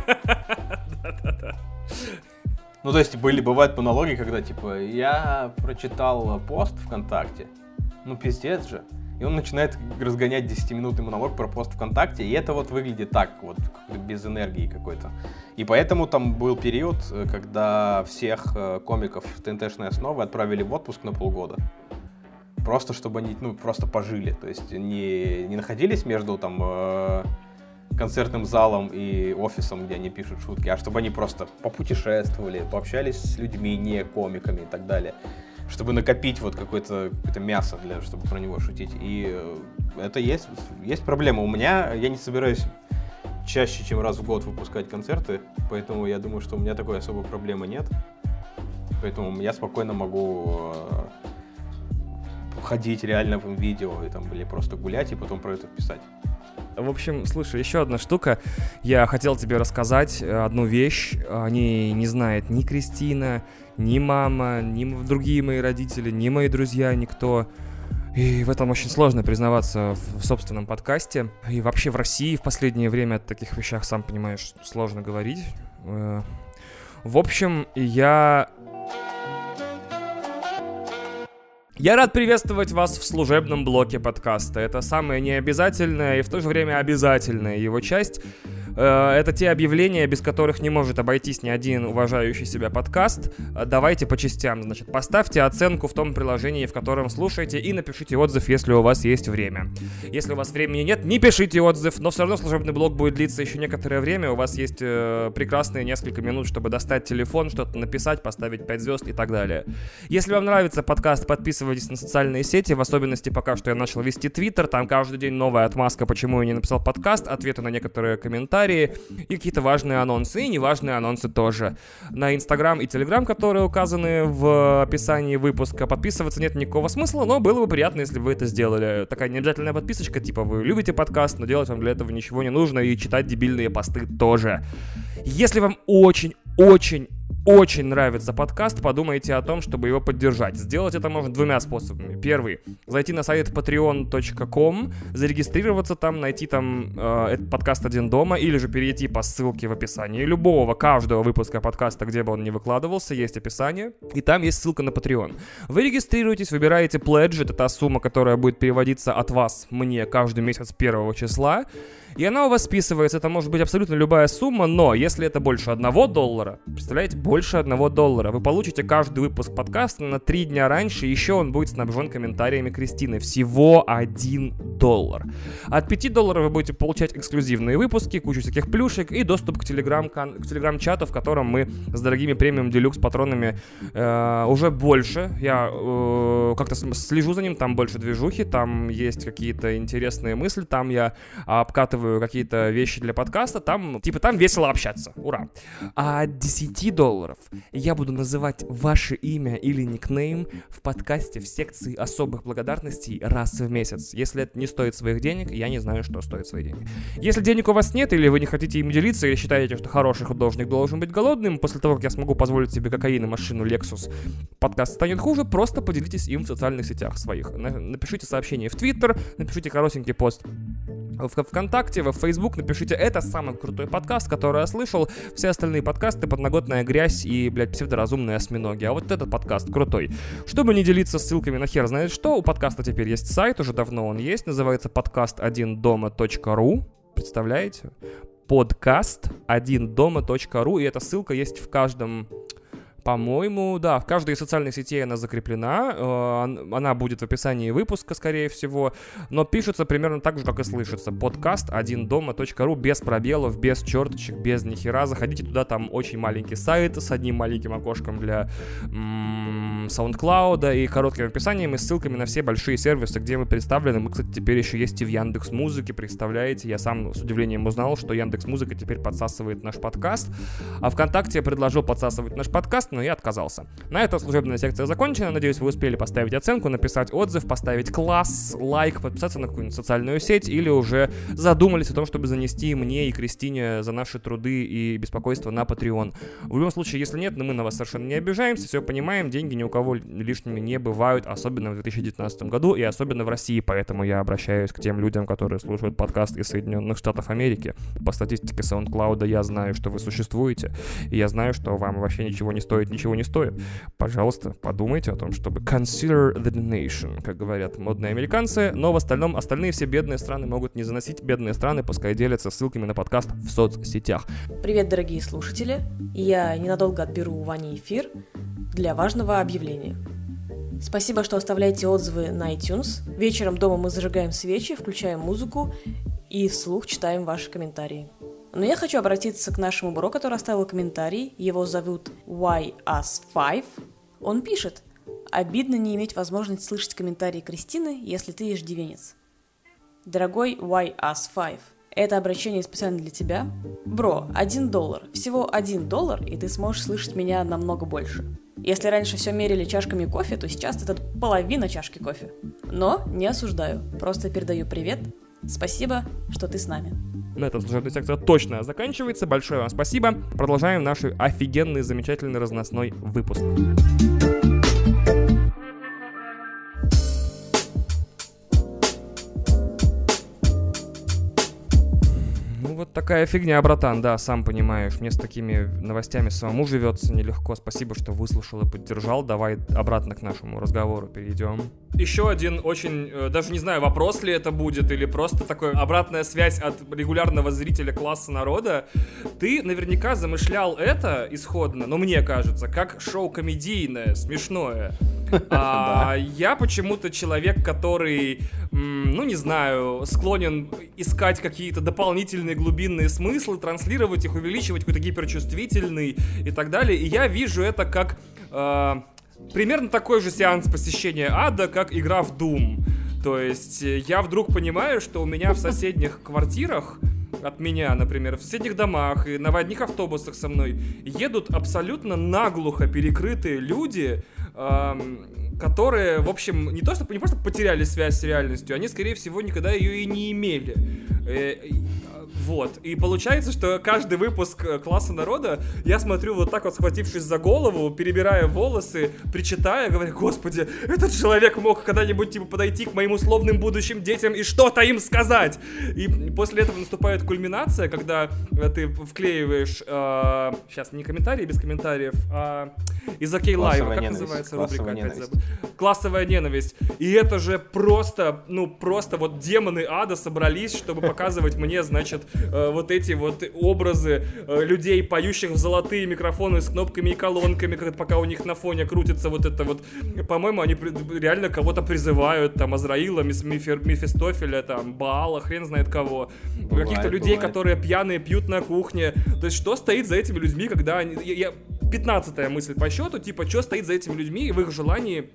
Ну, то есть, были, бывают монологи, когда, типа, я прочитал пост ВКонтакте, ну, пиздец же. И он начинает разгонять десятиминутный монолог про пост ВКонтакте, и это вот выглядит так, вот, без энергии какой-то. И поэтому там был период, когда всех комиков ТНТ-шной основы отправили в отпуск на полгода. Просто чтобы они, ну, просто пожили. То есть, не, не находились между, там, концертным залом и офисом, где они пишут шутки, а чтобы они просто попутешествовали, пообщались с людьми, не комиками и так далее. Чтобы накопить вот какое-то, какое-то мясо, для, чтобы про него шутить. И это есть, есть проблема. У меня, я не собираюсь чаще, чем раз в год выпускать концерты, поэтому я думаю, что у меня такой особой проблемы нет. Поэтому я спокойно могу ходить реально в видео и, там, или просто гулять и потом про это писать. В общем, слушай, еще одна штука. Я хотел тебе рассказать одну вещь. О ней не знает ни Кристина, ни мама, ни другие мои родители, ни мои друзья, никто. И в этом очень сложно признаваться в собственном подкасте. И вообще в России в последнее время о таких вещах, сам понимаешь, сложно говорить. В общем, я... Я рад приветствовать вас в служебном блоке подкаста. Это самая необязательная и в то же время обязательная его часть. Это те объявления, без которых не может обойтись ни один уважающий себя подкаст. Давайте по частям. Значит, поставьте оценку в том приложении, в котором слушаете, и напишите отзыв, если у вас есть время. Если у вас времени нет, не пишите отзыв, но все равно служебный блок будет длиться еще некоторое время. У вас есть э, прекрасные несколько минут, чтобы достать телефон, что-то написать, поставить пять звезд и так далее. Если вам нравится подкаст, подписывайтесь на социальные сети, в особенности пока что я начал вести Твиттер, там каждый день новая отмазка, почему я не написал подкаст, ответы на некоторые комментарии и какие-то важные анонсы, и неважные анонсы тоже. На Инстаграм и Телеграм, которые указаны в описании выпуска, подписываться нет никакого смысла, но было бы приятно, если бы вы это сделали. Такая необязательная подписочка, типа вы любите подкаст, но делать вам для этого ничего не нужно, и читать дебильные посты тоже. Если вам очень-очень очень нравится подкаст, подумайте о том, чтобы его поддержать. Сделать это можно двумя способами. Первый. Зайти на сайт патреон точка ком, зарегистрироваться там, найти там э, этот подкаст «Один дома», или же перейти по ссылке в описании любого, каждого выпуска подкаста, где бы он ни выкладывался, есть описание, и там есть ссылка на Patreon. Вы регистрируетесь, выбираете Pledge, это та сумма, которая будет переводиться от вас мне каждый месяц первого числа, и она у вас списывается. Это может быть абсолютно любая сумма, но если это больше одного доллара, представляете, больше одного доллара, вы получите каждый выпуск подкаста на три дня раньше, еще он будет снабжен комментариями Кристины. Всего один доллар. От пяти долларов вы будете получать эксклюзивные выпуски, кучу всяких плюшек и доступ к телеграм, к телеграм-чату, в котором мы с дорогими премиум делюкс патронами э, уже больше. Я э, как-то слежу за ним, там больше движухи, там есть какие-то интересные мысли, там я обкатываю записываю какие-то вещи для подкаста, там, типа, там весело общаться. Ура. А от десяти долларов я буду называть ваше имя или никнейм в подкасте в секции особых благодарностей раз в месяц. Если это не стоит своих денег, я не знаю, что стоит своих денег. Если денег у вас нет, или вы не хотите им делиться, или считаете, что хороший художник должен быть голодным, после того, как я смогу позволить себе кокаин и машину Lexus, подкаст станет хуже, просто поделитесь им в социальных сетях своих. Напишите сообщение в Твиттер, напишите коротенький пост в ВКонтакте, в Facebook, напишите, это самый крутой подкаст, который я слышал, все остальные подкасты подноготная грязь и, блядь, псевдоразумные осьминоги, а вот этот подкаст крутой. Чтобы не делиться ссылками на хер знает что, у подкаста теперь есть сайт, уже давно он есть, называется подкаст один дома точка ру, представляете? подкаст один дома точка ру, и эта ссылка есть в каждом... По-моему, да, в каждой из социальных сетей она закреплена, э, она будет в описании выпуска, скорее всего, но пишется примерно так же, как и слышится. подкаст один дома точка ру, без пробелов, без черточек, без нихера. Заходите туда, там очень маленький сайт с одним маленьким окошком для м- SoundCloud и коротким описанием и ссылками на все большие сервисы, где мы представлены. Мы, кстати, теперь еще есть и в Яндекс.Музыке, представляете? Я сам с удивлением узнал, что Яндекс.Музыка теперь подсасывает наш подкаст, а ВКонтакте я предложил подсасывать наш подкаст, но я отказался. На этом служебная секция закончена. Надеюсь, вы успели поставить оценку, написать отзыв, поставить класс, лайк, подписаться на какую-нибудь социальную сеть или уже задумались о том, чтобы занести мне и Кристине за наши труды и беспокойство на Patreon. В любом случае, если нет, ну мы на вас совершенно не обижаемся, все понимаем, деньги ни у кого лишними не бывают, особенно в две тысячи девятнадцатом году и особенно в России, поэтому я обращаюсь к тем людям, которые слушают подкаст из Соединенных Штатов Америки. По статистике SoundCloud я знаю, что вы существуете, и я знаю, что вам вообще ничего не стоит, ничего не стоит. Пожалуйста, подумайте о том, чтобы consider the donation, как говорят модные американцы, но в остальном остальные все бедные страны могут не заносить. Бедные страны пускай делятся ссылками на подкаст в соцсетях. Привет, дорогие слушатели. Я ненадолго отберу у Вани эфир для важного объявления. Спасибо, что оставляете отзывы на iTunes. Вечером дома мы зажигаем свечи, включаем музыку и вслух читаем ваши комментарии. Но я хочу обратиться к нашему бро, который оставил комментарий. Его зовут уай ас пять. Он пишет: обидно не иметь возможности слышать комментарии Кристины, если ты иждивенец. Дорогой уай ас пять, это обращение специально для тебя. Бро, один доллар. Всего один доллар, и ты сможешь слышать меня намного больше. Если раньше все мерили чашками кофе, то сейчас это половина чашки кофе. Но не осуждаю, просто передаю привет. Спасибо, что ты с нами. На этом служебная секция точно заканчивается. Большое вам спасибо. Продолжаем наш офигенный, замечательный, разносной выпуск. Ну вот такая фигня, братан, да, сам понимаешь. Мне с такими новостями самому живется нелегко. Спасибо, что выслушал и поддержал. Давай обратно к нашему разговору перейдем. Еще один очень, даже не знаю, вопрос ли это будет, или просто такая обратная связь от регулярного зрителя класса народа. Ты наверняка замышлял это исходно, но мне кажется, как шоу комедийное, смешное. А я почему-то человек, который, ну не знаю, склонен искать какие-то дополнительные глубинные смыслы, транслировать их, увеличивать, какой-то гиперчувствительный и так далее. И я вижу это как... примерно такой же сеанс посещения ада, как игра в Doom. То есть я вдруг понимаю, что у меня в соседних квартирах от меня, например, в соседних домах и на одних автобусах со мной едут абсолютно наглухо перекрытые люди, эм, которые, в общем, не то что не просто потеряли связь с реальностью, они, скорее всего, никогда ее и не имели. Э, Вот, и получается, что каждый выпуск «Класса народа» я смотрю вот так вот, схватившись за голову, перебирая волосы, причитая, говоря: господи, этот человек мог когда-нибудь типа подойти к моим условным будущим детям и что-то им сказать. И после этого наступает кульминация, когда ты вклеиваешь, э, сейчас не комментарии без комментариев, а из ОК Лайва, как ненависть. Называется рубрика? Опять забыл. Классовая ненависть. И это же просто, ну просто вот демоны ада собрались, чтобы показывать мне, значит, вот эти вот образы людей, поющих в золотые микрофоны с кнопками и колонками, пока у них на фоне крутится вот это вот. По-моему, они реально кого-то призывают, там, Азраила, Мифер, Мефистофеля, там, Баала, хрен знает кого. Бывает, каких-то людей, бывает. Которые пьяные пьют на кухне. То есть, что стоит за этими людьми, когда они... Я... пятнадцатая мысль по счету, типа, что стоит за этими людьми и в их желании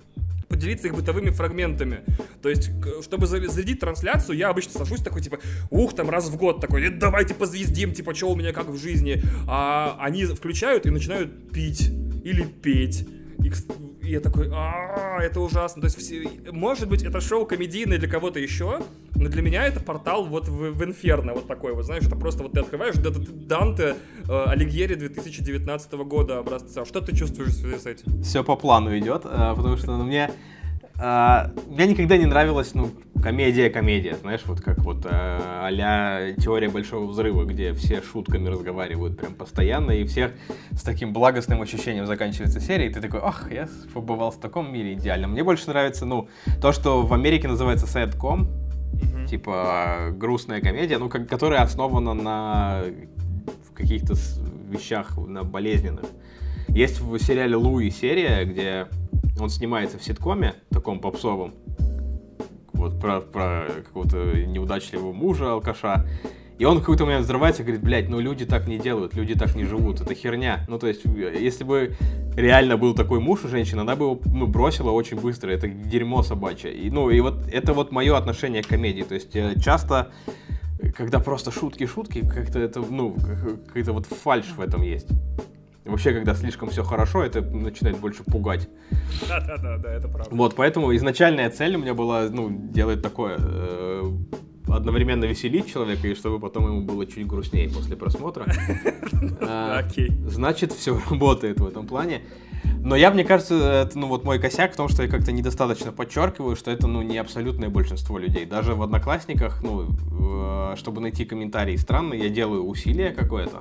поделиться их бытовыми фрагментами. То есть, чтобы зарядить трансляцию, я обычно сажусь такой, типа, ух, там раз в год такой, давайте позвездим, типа, что у меня как в жизни. А они включают и начинают пить или петь. И я такой, а это ужасно. То есть, все, может быть, это шоу комедийное для кого-то еще, но для меня это портал вот в, в инферно, вот такой вот, знаешь, это просто вот ты открываешь Данте Алигьери две тысячи девятнадцатого года образца. Что ты чувствуешь в связи с этим? Все по плану идет, потому что ну, мне, мне никогда не нравилась, ну, комедия-комедия, знаешь, вот как вот а-ля «Теория большого взрыва», где все шутками разговаривают прям постоянно, и всех с таким благостным ощущением заканчивается серия, и ты такой, ах, я побывал в таком мире идеально. Мне больше нравится, ну, то, что в Америке называется сэдком, mm-hmm. типа грустная комедия, ну, как, которая основана на каких-то вещах, на болезненных. Есть в сериале «Луи» серия, где он снимается в ситкоме, таком попсовом, вот про, про какого-то неудачливого мужа, алкаша. И он в какой-то момент взрывается и говорит, блядь, ну люди так не делают, люди так не живут, это херня. Ну то есть, если бы реально был такой муж у женщины, она бы его ну, бросила очень быстро, это дерьмо собачье. И, ну и вот это вот мое отношение к комедии. То есть часто, когда просто шутки-шутки, как-то это, ну, какая-то вот фальшь в этом есть. Вообще, когда слишком все хорошо, это начинает больше пугать. Да-да-да, да, это правда. Вот, поэтому изначальная цель у меня была, ну, делать такое, э, одновременно веселить человека, и чтобы потом ему было чуть грустнее после просмотра. Окей. Значит, все работает в этом плане. Но я, мне кажется, это, ну, вот мой косяк в том, что я как-то недостаточно подчеркиваю, что это, ну, не абсолютное большинство людей. Даже в Одноклассниках, ну, э, чтобы найти комментарии странные, я делаю усилие какое-то.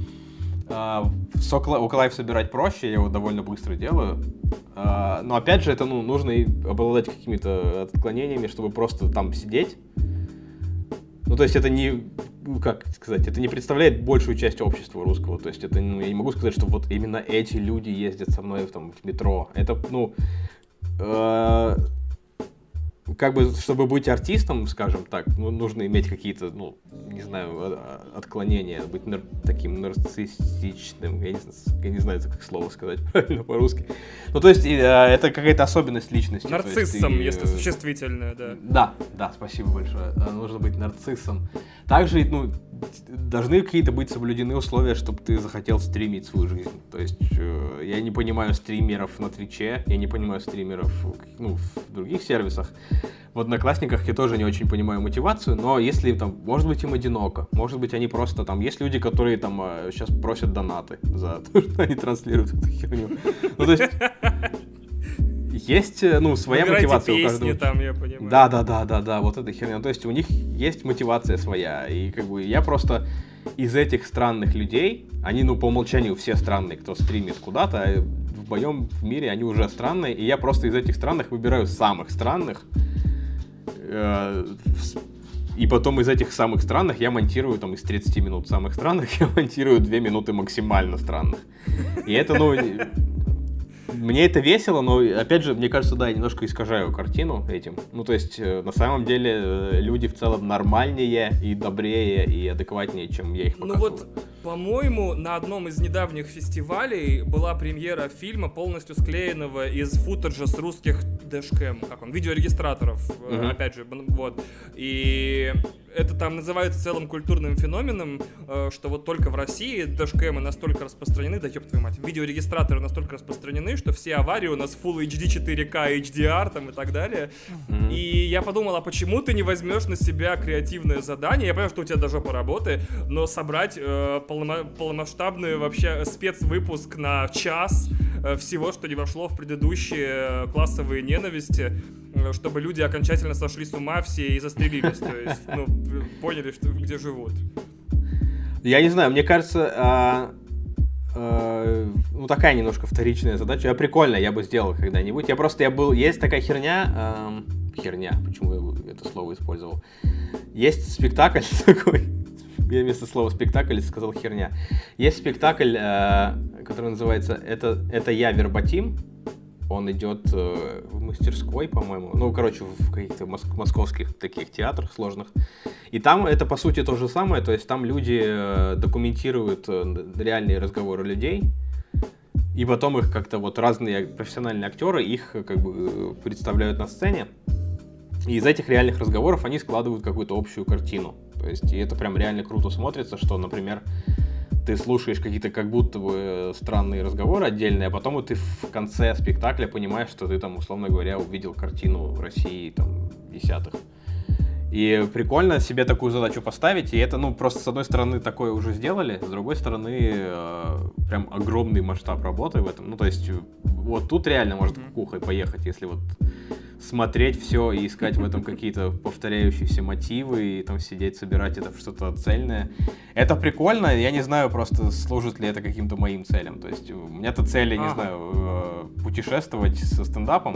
Сок Лайф собирать проще, я его довольно быстро делаю. Но опять же, это ну, нужно и обладать какими-то отклонениями, чтобы просто там сидеть. Ну, то есть это не, ну, как сказать, это не представляет большую часть общества русского. То есть это, ну, я не могу сказать, что вот именно эти люди ездят со мной там, в метро. Это, ну, э- как бы, чтобы быть артистом, скажем так, ну, нужно иметь какие-то, ну, не знаю, отклонения, быть нар- таким нарциссичным, я не, я не знаю, как слово сказать правильно по-русски. Ну, то есть, э, это какая-то особенность личности. Нарциссом, ты, если существительное, да. Да, да, спасибо большое. Нужно быть нарциссом. Также, ну, должны какие-то быть соблюдены условия, чтобы ты захотел стримить свою жизнь. То есть, э, я не понимаю стримеров на Твиче, я не понимаю стримеров, ну, в других сервисах. В Одноклассниках я тоже не очень понимаю мотивацию, но если там, может быть, им одиноко, может быть, они просто там, есть люди, которые там сейчас просят донаты за то, что они транслируют эту херню. Ну, то есть, есть, ну, своя Выбирайте мотивация песни у каждого. Там, я понимаю. Да, да, да, да, да, вот эта херня. То есть у них есть мотивация своя, и как бы я просто из этих странных людей, они, ну, по умолчанию все странные, кто стримит куда-то, а в моем мире они уже странные, и я просто из этих странных выбираю самых странных, и потом из этих самых странных я монтирую, там, из тридцати минут самых странных, я монтирую две минуты максимально странных. И это, ну, мне это весело, но, опять же, мне кажется, да, я немножко искажаю картину этим. Ну, то есть, на самом деле, люди в целом нормальнее и добрее и адекватнее, чем я их показываю. Ну вот, по-моему, на одном из недавних фестивалей была премьера фильма, полностью склеенного из футажа с русских дэшкэм, как он, видеорегистраторов, uh-huh. опять же, вот. И это там называется целым культурным феноменом, что вот только в России дэшкэмы настолько распространены, да ёб твою мать, видеорегистраторы настолько распространены, что все аварии у нас Full эйч ди, четыре ка, эйч ди ар там и так далее. Mm-hmm. И я подумал, а почему ты не возьмешь на себя креативное задание? Я понимаю, что у тебя до жопы работы, но собрать э, полнома- полномасштабный вообще спецвыпуск на час э, всего, что не вошло в предыдущие классовые ненависти, э, чтобы люди окончательно сошли с ума все и застрелились. То есть, ну, поняли, что, где живут. Я не знаю, мне кажется, а, а, ну такая немножко вторичная задача. Я прикольно, я бы сделал когда-нибудь. Я просто, я был, есть такая херня, а, херня, почему я это слово использовал. Есть спектакль такой, я вместо слова спектакль сказал херня. Есть спектакль, а, который называется «Это, это я вербатим». Он идет э, в мастерской, по-моему. Ну, короче, в каких-то моск- московских таких театрах сложных. И там это, по сути, то же самое. То есть там люди э, документируют э, реальные разговоры людей. и потом их как-то вот разные профессиональные актеры их как бы представляют на сцене. И из этих реальных разговоров они складывают какую-то общую картину. То есть, и это прям реально круто смотрится, что, например, ты слушаешь какие-то как будто бы странные разговоры отдельные, а потом вот ты в конце спектакля понимаешь, что ты там, условно говоря, увидел картину России там десятых. И прикольно себе такую задачу поставить, и это, ну, просто с одной стороны такое уже сделали, с другой стороны э, прям огромный масштаб работы в этом. Ну, то есть вот тут реально может кукухой поехать, если вот смотреть все и искать в этом какие-то повторяющиеся мотивы и там сидеть, собирать это в что-то цельное. Это прикольно, я не знаю просто, служит ли это каким-то моим целям. То есть у меня-то цель, я не ага. знаю, путешествовать со стендапом,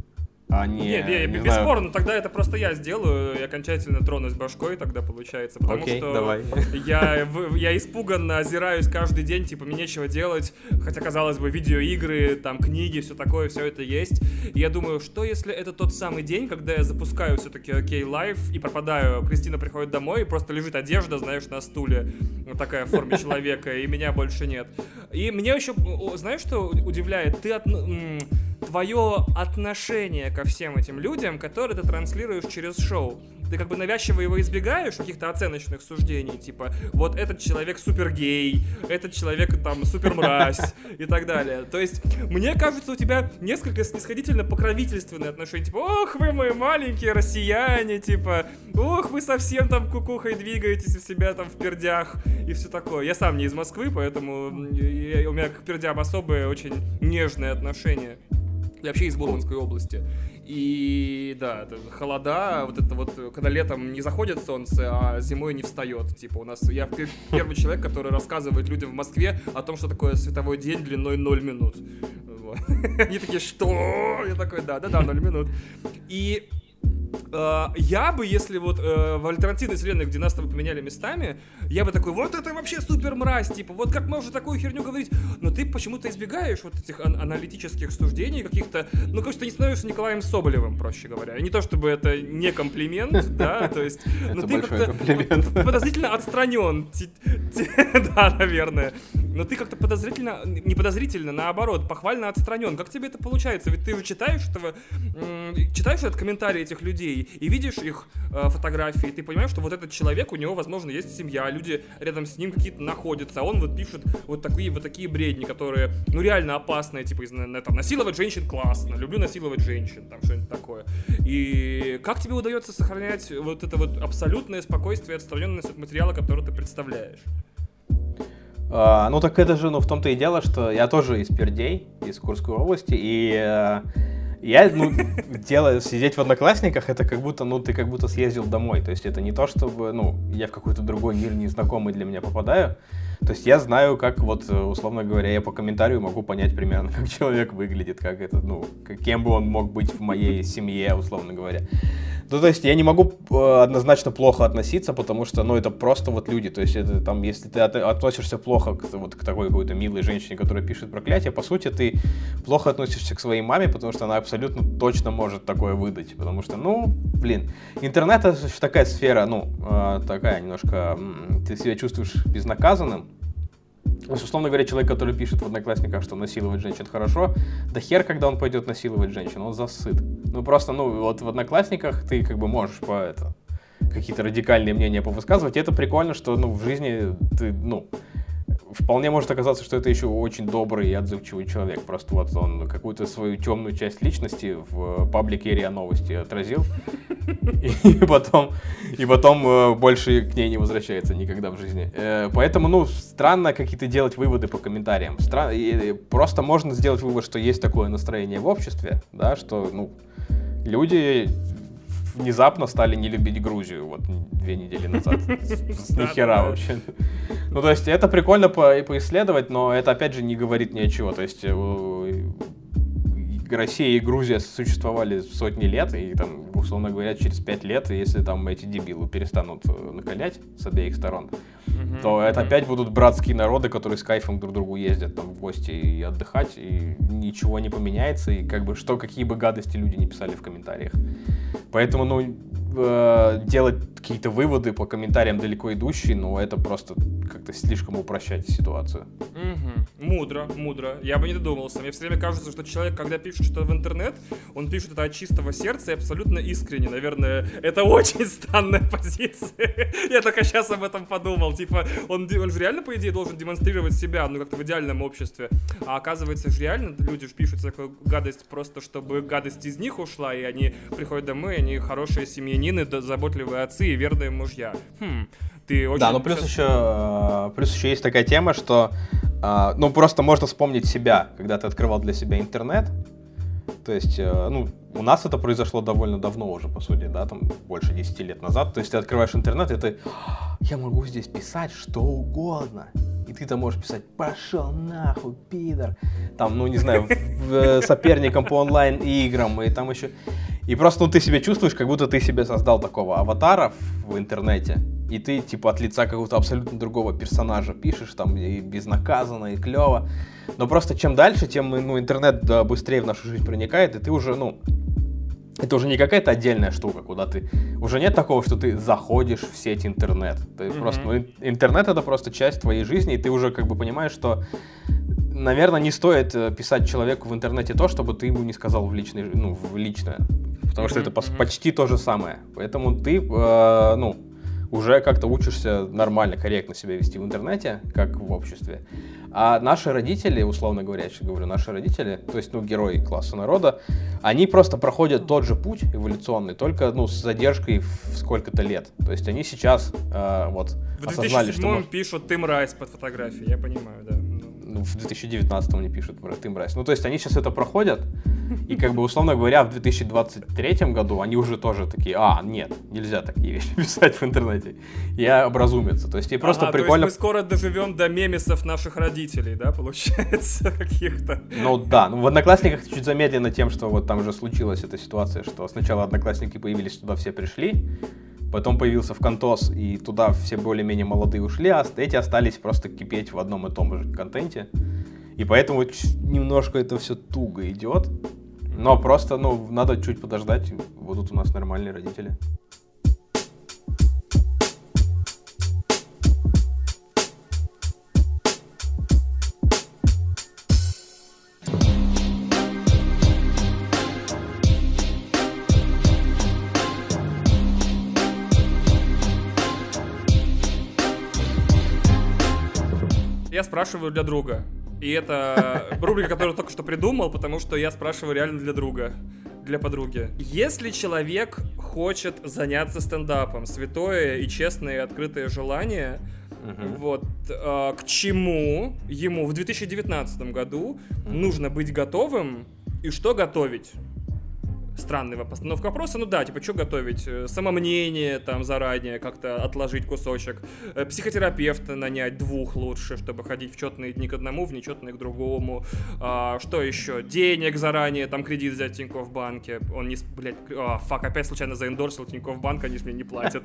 а не... Нет, не, не бесспорно, знаю... тогда это просто я сделаю, я окончательно тронусь башкой тогда получается, потому Окей, что давай. Я, я испуганно озираюсь каждый день, типа, мне нечего делать, хотя, казалось бы, видеоигры, там, книги, все такое, все это есть. И я думаю, что если это тот самый день, когда я запускаю все-таки окей лайв и пропадаю, Кристина приходит домой, и просто лежит одежда, знаешь, на стуле, вот такая в форме человека, и меня больше нет. И меня еще, знаешь, что удивляет? Ты от... твое отношение ко всем этим людям, которые ты транслируешь через шоу. Ты как бы навязчиво его избегаешь, каких-то оценочных суждений, типа, вот этот человек супер гей, этот человек там супер мразь и так далее. То есть, мне кажется, у тебя несколько снисходительно покровительственные отношения, типа, ох, вы мои маленькие россияне, типа, ох, вы совсем там кукухой двигаетесь у себя там в пердях и все такое. Я сам не из Москвы, поэтому я, у меня к пердям особое, очень нежное отношение. И вообще из Мурманской области. И да, это холода, вот это вот, когда летом не заходит солнце, а зимой не встает. Типа у нас, я первый человек, который рассказывает людям в Москве о том, что такое световой день длиной ноль минут. Вот. Они такие, что? Я такой, да-да-да, ноль минут. И э, я бы, если вот э, в альтернативной вселенной, где нас с тобой поменяли местами, я бы такой, вот это вообще супер мразь, типа, вот как можно такую херню говорить, но ты почему-то избегаешь вот этих ан- аналитических суждений каких-то, ну, короче, ты не становишься Николаем Соболевым, проще говоря. И не то, чтобы это не комплимент, да, то есть, но ты как-то подозрительно отстранен, да, наверное, но ты как-то подозрительно, не подозрительно, наоборот, похвально отстранен. Как тебе это получается? Ведь ты же читаешь этого, читаешь этот комментарий этих людей и видишь их фотографии, ты понимаешь, что вот этот человек, у него, возможно, есть семья, люди рядом с ним какие-то находятся, а он вот пишет вот такие вот такие бредни, которые, ну, реально опасные, типа, там, насиловать женщин классно, люблю насиловать женщин, там, что-нибудь такое. И как тебе удается сохранять вот это вот абсолютное спокойствие и отстраненность от материала, который ты представляешь? А, ну, так это же, ну, в том-то и дело, что я тоже из Пердей, из Курской области, и... Я, ну, делаю, сидеть в Одноклассниках, это как будто, ну, ты как будто съездил домой. То есть это не то, чтобы, ну, я в какой-то другой мир незнакомый для меня попадаю. То есть я знаю, как вот, условно говоря, я по комментарию могу понять примерно, как человек выглядит, как это, ну, кем бы он мог быть в моей семье, условно говоря. Ну, то есть я не могу однозначно плохо относиться, потому что, ну, это просто вот люди. То есть это там, если ты относишься плохо к, вот, к такой какой-то милой женщине, которая пишет проклятие, по сути, ты плохо относишься к своей маме, потому что она абсолютно точно может такое выдать. Потому что, ну, блин, интернет — это же такая сфера, ну, такая немножко, ты себя чувствуешь безнаказанным. То есть, условно говоря, человек, который пишет в Одноклассниках, что насиловать женщин хорошо, да хер, когда он пойдет насиловать женщин, он засыт. Ну, просто, ну, вот в Одноклассниках ты как бы можешь по это, какие-то радикальные мнения повысказывать, и это прикольно, что, ну, в жизни ты, ну, вполне может оказаться, что это еще очень добрый и отзывчивый человек. Просто вот он какую-то свою темную часть личности в паблике РИА Новости отразил, и потом, и потом больше к ней не возвращается никогда в жизни. Поэтому, ну, странно какие-то делать выводы по комментариям. Стран... Просто можно сделать вывод, что есть такое настроение в обществе, да, что, ну, люди внезапно стали не любить Грузию вот две недели назад. Нихера вообще. Ну, то есть, это прикольно по- поисследовать, но это, опять же, не говорит ни о чего. То есть, Россия и Грузия существовали сотни лет, и, там, условно говоря, через пять лет, если там эти дебилы перестанут накалять с обеих сторон, mm-hmm. то это mm-hmm. опять будут братские народы, которые с кайфом друг к другу ездят там в гости и отдыхать, и ничего не поменяется, и как бы что, какие бы гадости люди не писали в комментариях. Поэтому, ну, э, делать какие-то выводы по комментариям далеко идущие, ну, это просто как-то слишком упрощать ситуацию. Угу. Мудро, мудро. Я бы не додумался. Мне все время кажется, что человек, когда пишет что-то в интернет, он пишет это от чистого сердца и абсолютно искренне. Наверное, это очень странная позиция. Я только сейчас об этом подумал. Типа, он, он же реально, по идее, должен демонстрировать себя, ну, как-то в идеальном обществе. А оказывается же реально люди же пишут такую гадость просто, чтобы гадость из них ушла, и они приходят домой, и они хорошие семьянины, заботливые отцы и верные мужья. Хм, ты очень... Да, ну плюс еще, плюс еще есть такая тема, что, ну, просто можно вспомнить себя, когда ты открывал для себя интернет. То есть, ну, у нас это произошло довольно давно уже, по сути, да, там больше десяти лет назад. То есть ты открываешь интернет, и ты, я могу здесь писать что угодно. И ты там можешь писать, пошел нахуй, пидор. Там, ну, не знаю, соперникам по онлайн-играм, и там еще... И просто, ну, ты себя чувствуешь, как будто ты себе создал такого аватара в интернете, и ты, типа, от лица какого-то абсолютно другого персонажа пишешь, там, и безнаказанно, и клево. Но просто чем дальше, тем, ну, интернет да, быстрее в нашу жизнь проникает, и ты уже, ну, это уже не какая-то отдельная штука, куда ты... Уже нет такого, что ты заходишь в сеть интернет. Ты mm-hmm. просто, ну, интернет — это просто часть твоей жизни, и ты уже как бы понимаешь, что, наверное, не стоит писать человеку в интернете то, чтобы ты ему не сказал в, личной, ну, в личное. Потому что mm-hmm. это почти то же самое. Поэтому ты, э, ну, уже как-то учишься нормально, корректно себя вести в интернете, как в обществе. А наши родители, условно говоря, я сейчас говорю, наши родители, то есть, ну, герои класса народа, они просто проходят тот же путь эволюционный, только, ну, с задержкой в сколько-то лет. То есть они сейчас э, вот в осознали, что... В две тысячи седьмом пишут «ты мразь» под фотографией, я понимаю, да. Ну, в две тысячи девятнадцатом они пишут «ты мразь». Ну, то есть они сейчас это проходят, и, как бы, условно говоря, в две тысячи двадцать третьем году они уже тоже такие, а, нет, нельзя такие вещи писать в интернете, и образумятся. То есть и просто ага, прикольно... То есть мы скоро доживем до мемесов наших родителей, да, получается, каких-то? Ну да, ну в Одноклассниках чуть замедлено тем, что вот там уже случилась эта ситуация, что сначала Одноклассники появились, туда все пришли, потом появился ВКонтос, и туда все более-менее молодые ушли, а эти остались просто кипеть в одном и том же контенте. И поэтому немножко это все туго идет. Но просто, ну, надо чуть подождать, будут у нас нормальные родители. Я спрашиваю для друга. И это рубрика, которую только что придумал, потому что я спрашиваю реально для друга, для подруги. Если человек хочет заняться стендапом, святое и честное и открытое желание, uh-huh. вот, э, к чему ему в две тысячи девятнадцатом году uh-huh. нужно быть готовым и что готовить? Странная постановка вопроса, ну да, типа, что готовить? Самомнение там заранее, как-то отложить кусочек, психотерапевта нанять двух лучше, чтобы ходить в четные дни к одному, в нечетные к другому, а, что еще? Денег заранее, там кредит взять в Тинькофф банке, он не, блядь, а, фак, опять случайно заэндорсил Тинькофф банк, они же мне не платят.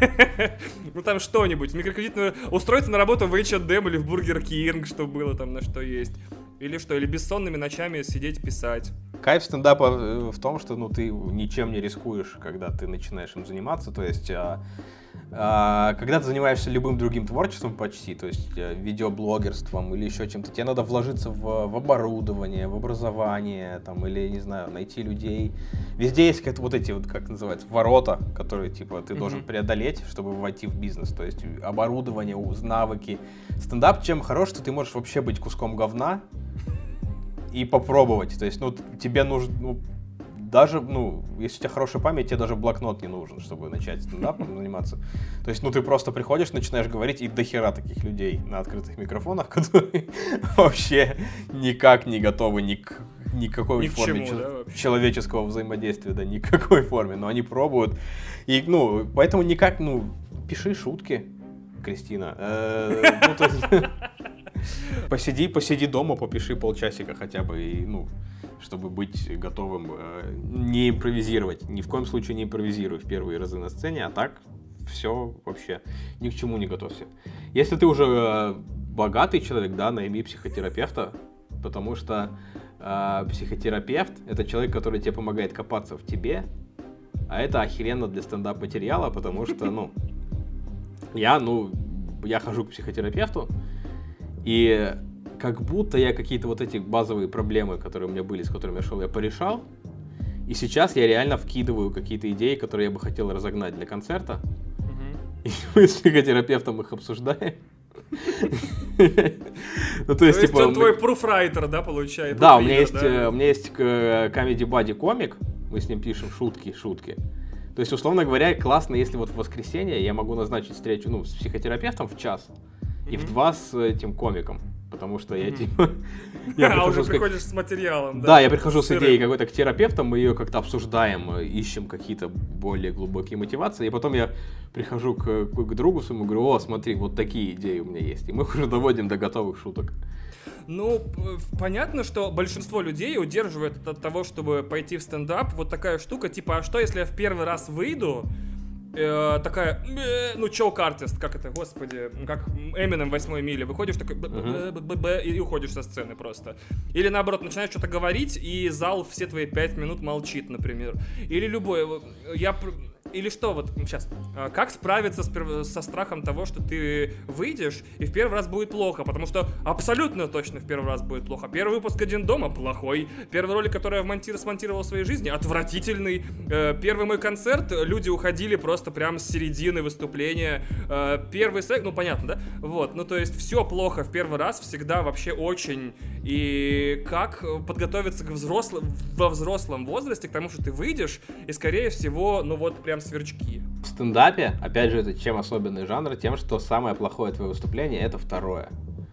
Ну там что-нибудь, микрокредитную, устроиться на работу в эйч энд эм или в Бургер Кинг, что было там, на что есть. Или что, или бессонными ночами сидеть писать. Кайф стендапа в том, что ну, ты ничем не рискуешь, когда ты начинаешь им заниматься. То есть, а, а, когда ты занимаешься любым другим творчеством почти, то есть а, видеоблогерством или еще чем-то, тебе надо вложиться в, в оборудование, в образование, там, или, не знаю, найти людей. Везде есть как вот эти, вот, как называется, ворота, которые типа ты mm-hmm. должен преодолеть, чтобы войти в бизнес. То есть оборудование, навыки. Стендап чем хорош, что ты можешь вообще быть куском говна и попробовать. То есть, ну, тебе нужно, ну, даже, ну, если у тебя хорошая память, тебе даже блокнот не нужен, чтобы начать стендапом заниматься. То есть, ну, ты просто приходишь, начинаешь говорить, и дохера таких людей на открытых микрофонах, которые вообще никак не готовы ни к никакой ни форме чему, ч- да, человеческого взаимодействия, да, никакой форме, но они пробуют. И, ну, поэтому никак, ну, пиши шутки, Кристина. Ну, то есть... Посиди, посиди дома, попиши полчасика хотя бы, и, ну, чтобы быть готовым, э, не импровизировать. Ни в коем случае не импровизируй в первые разы на сцене, а так все вообще ни к чему не готовься. Если ты уже э, богатый человек, да, найми психотерапевта, потому что э, психотерапевт — это человек, который тебе помогает копаться в тебе, А это охеренно для стендап-материала, потому что, ну, я, ну, я хожу к психотерапевту, и как будто я какие-то вот эти базовые проблемы, которые у меня были, с которыми я шел, я порешал. И сейчас я реально вкидываю какие-то идеи, которые я бы хотел разогнать для концерта. Mm-hmm. И мы с психотерапевтом их обсуждаем. Ну, то есть, он твой пруфрайтер, да, получается? Да, у меня есть у меня есть Comedy Buddy комик, мы с ним пишем шутки, шутки. То есть, условно говоря, классно, если вот в воскресенье я могу назначить встречу, ну, с психотерапевтом в час и в два с этим комиком. Потому что я типа... А, уже приходишь с материалом, да? Да, я прихожу с идеей какой-то к терапевтам, мы ее как-то обсуждаем, ищем какие-то более глубокие мотивации, и потом я прихожу к, к другу своему и говорю: о, смотри, вот такие идеи у меня есть, и мы уже доводим до готовых шуток. Ну, понятно, что большинство людей удерживает от того, чтобы пойти в стендап, вот такая штука, типа, а что, если я в первый раз выйду, Э, такая, э, ну, чоук-артист, как это, господи, как Эминем в восьмой миле, выходишь такой, uh-huh. и уходишь со сцены просто. Или наоборот, начинаешь что-то говорить, и зал все твои пять минут молчит, например. Или любое, я... Или что, вот сейчас, как справиться с, со страхом того, что ты выйдешь, и в первый раз будет плохо, потому что абсолютно точно в первый раз будет плохо. Первый выпуск «Один дома» плохой, первый ролик, который я вмонтир, смонтировал в своей жизни, отвратительный. Первый мой концерт, люди уходили просто прямо с середины выступления. Первый секс, ну понятно, да? Вот, ну то есть все плохо в первый раз, всегда вообще очень. И как подготовиться к взрослым, во взрослом возрасте к тому, что ты выйдешь, и скорее всего, ну вот прям сверчки. В стендапе, опять же, это чем особенный жанр? Тем, что самое плохое твое выступление — это второе.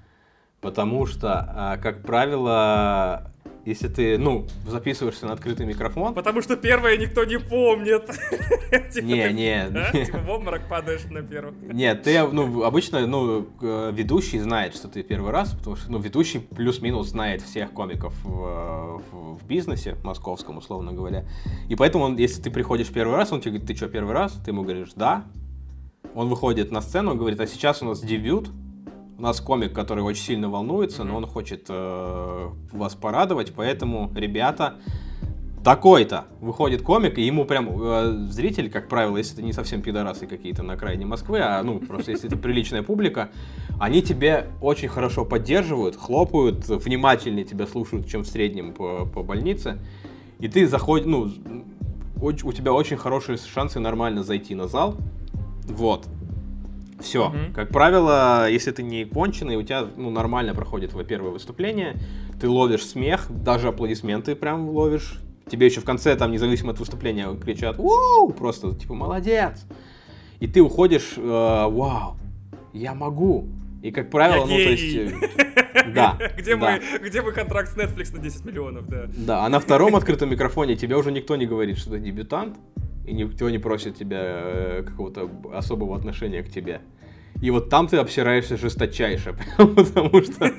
Потому что, как правило, если ты, ну, записываешься на открытый микрофон... Потому что первое никто не помнит. Не, не. Типа в обморок падаешь на первом. Нет, ты, ну, обычно, ну, ведущий знает, что ты первый раз, потому что, ну, ведущий плюс-минус знает всех комиков в, в, в бизнесе московском, условно говоря. И поэтому, он, если ты приходишь первый раз, он тебе говорит: ты что, первый раз? Ты ему говоришь: да. Он выходит на сцену и говорит: а сейчас у нас дебют. У нас комик, который очень сильно волнуется, но он хочет э, вас порадовать, поэтому, ребята, такой-то выходит комик, и ему прям э, зритель, как правило, если это не совсем пидорасы какие-то на окраине Москвы, а ну просто если это приличная публика, они тебя очень хорошо поддерживают, хлопают, внимательнее тебя слушают, чем в среднем по, по больнице, и ты заходишь, ну, у, у тебя очень хорошие шансы нормально зайти на зал, вот. Все. Uh-huh. Как правило, если ты не конченый, у тебя, ну, нормально проходит твое первое выступление, ты ловишь смех, даже аплодисменты прям ловишь. Тебе еще в конце, там, независимо от выступления, кричат: «Вау!» Просто, типа, молодец. И ты уходишь: э, «Вау, я могу». И, как правило, ну, то есть... Да. Где мы, где мы контракт с Netflix на десять миллионов, да. Да, а на втором открытом микрофоне тебе уже никто не говорит, что ты дебютант. И никто не просит тебя э, какого-то особого отношения к тебе. И вот там ты обсираешься жесточайше, потому что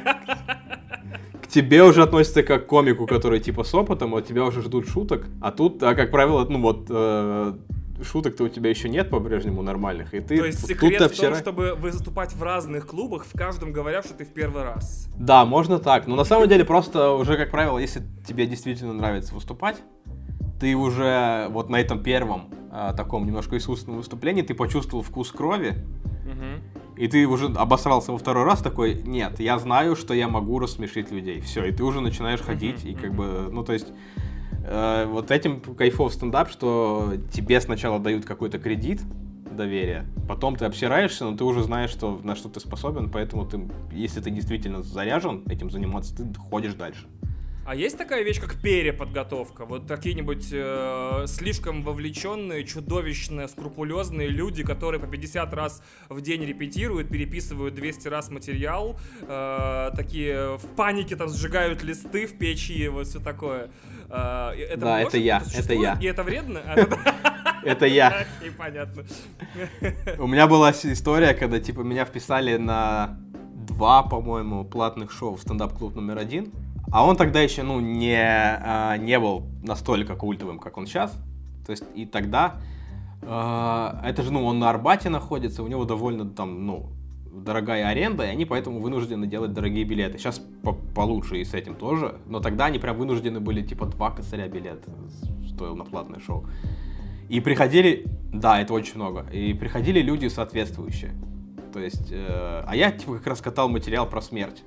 к тебе уже относятся как к комику, который типа с опытом, от тебя уже ждут шуток, а тут, а, как правило, ну вот, э, шуток-то у тебя еще нет по-прежнему нормальных, и ты То есть секрет в том, чтобы выступать в разных клубах, в каждом говоря, что ты в первый раз. Да, можно так, но на самом деле просто уже, как правило, если тебе действительно нравится выступать, ты уже вот на этом первом а, таком немножко искусственном выступлении ты почувствовал вкус крови, угу. И ты уже обосрался во второй раз такой: нет, я знаю, что я могу рассмешить людей. Все, и ты уже начинаешь ходить, угу. И как бы, ну то есть, э, вот этим кайфов стендап, что тебе сначала дают какой-то кредит доверия, потом ты обсираешься, но ты уже знаешь, что, на что ты способен, поэтому ты, если ты действительно заряжен этим заниматься, ты ходишь дальше. А есть такая вещь, как переподготовка? Вот какие-нибудь э, слишком вовлеченные, чудовищно скрупулезные люди, которые по пятьдесят раз в день репетируют, переписывают двести раз материал, э, такие в панике там сжигают листы в печи, вот все такое. Э, это да, может, это я, это, это я. И это вредно? Это я. Окей, понятно. У меня была история, когда типа меня вписали на два, по-моему, платных шоу в стендап-клуб номер один. А он тогда еще, ну, не, а, не был настолько культовым, как он сейчас. То есть, и тогда, а, это же, ну, он на Арбате находится, у него довольно, там, ну, дорогая аренда, и они поэтому вынуждены делать дорогие билеты. Сейчас по- получше и с этим тоже, но тогда они прям вынуждены были, типа, два косаря билет стоил на платное шоу. И приходили... Да, это очень много. И приходили люди соответствующие. То есть... Э, а я, типа, как раз катал материал про смерть.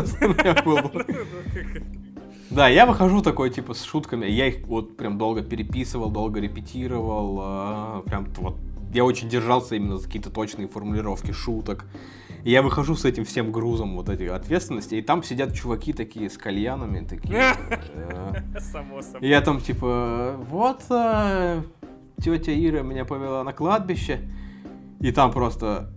Да, я выхожу такой, типа, с шутками. Я их вот прям долго переписывал, долго репетировал. Прям вот... Я очень держался именно за какие-то точные формулировки шуток. И я выхожу с этим всем грузом вот этой ответственности, и там сидят чуваки такие с кальянами, такие... Само собой. И я там типа, вот тетя Ира меня повела на кладбище, и там просто...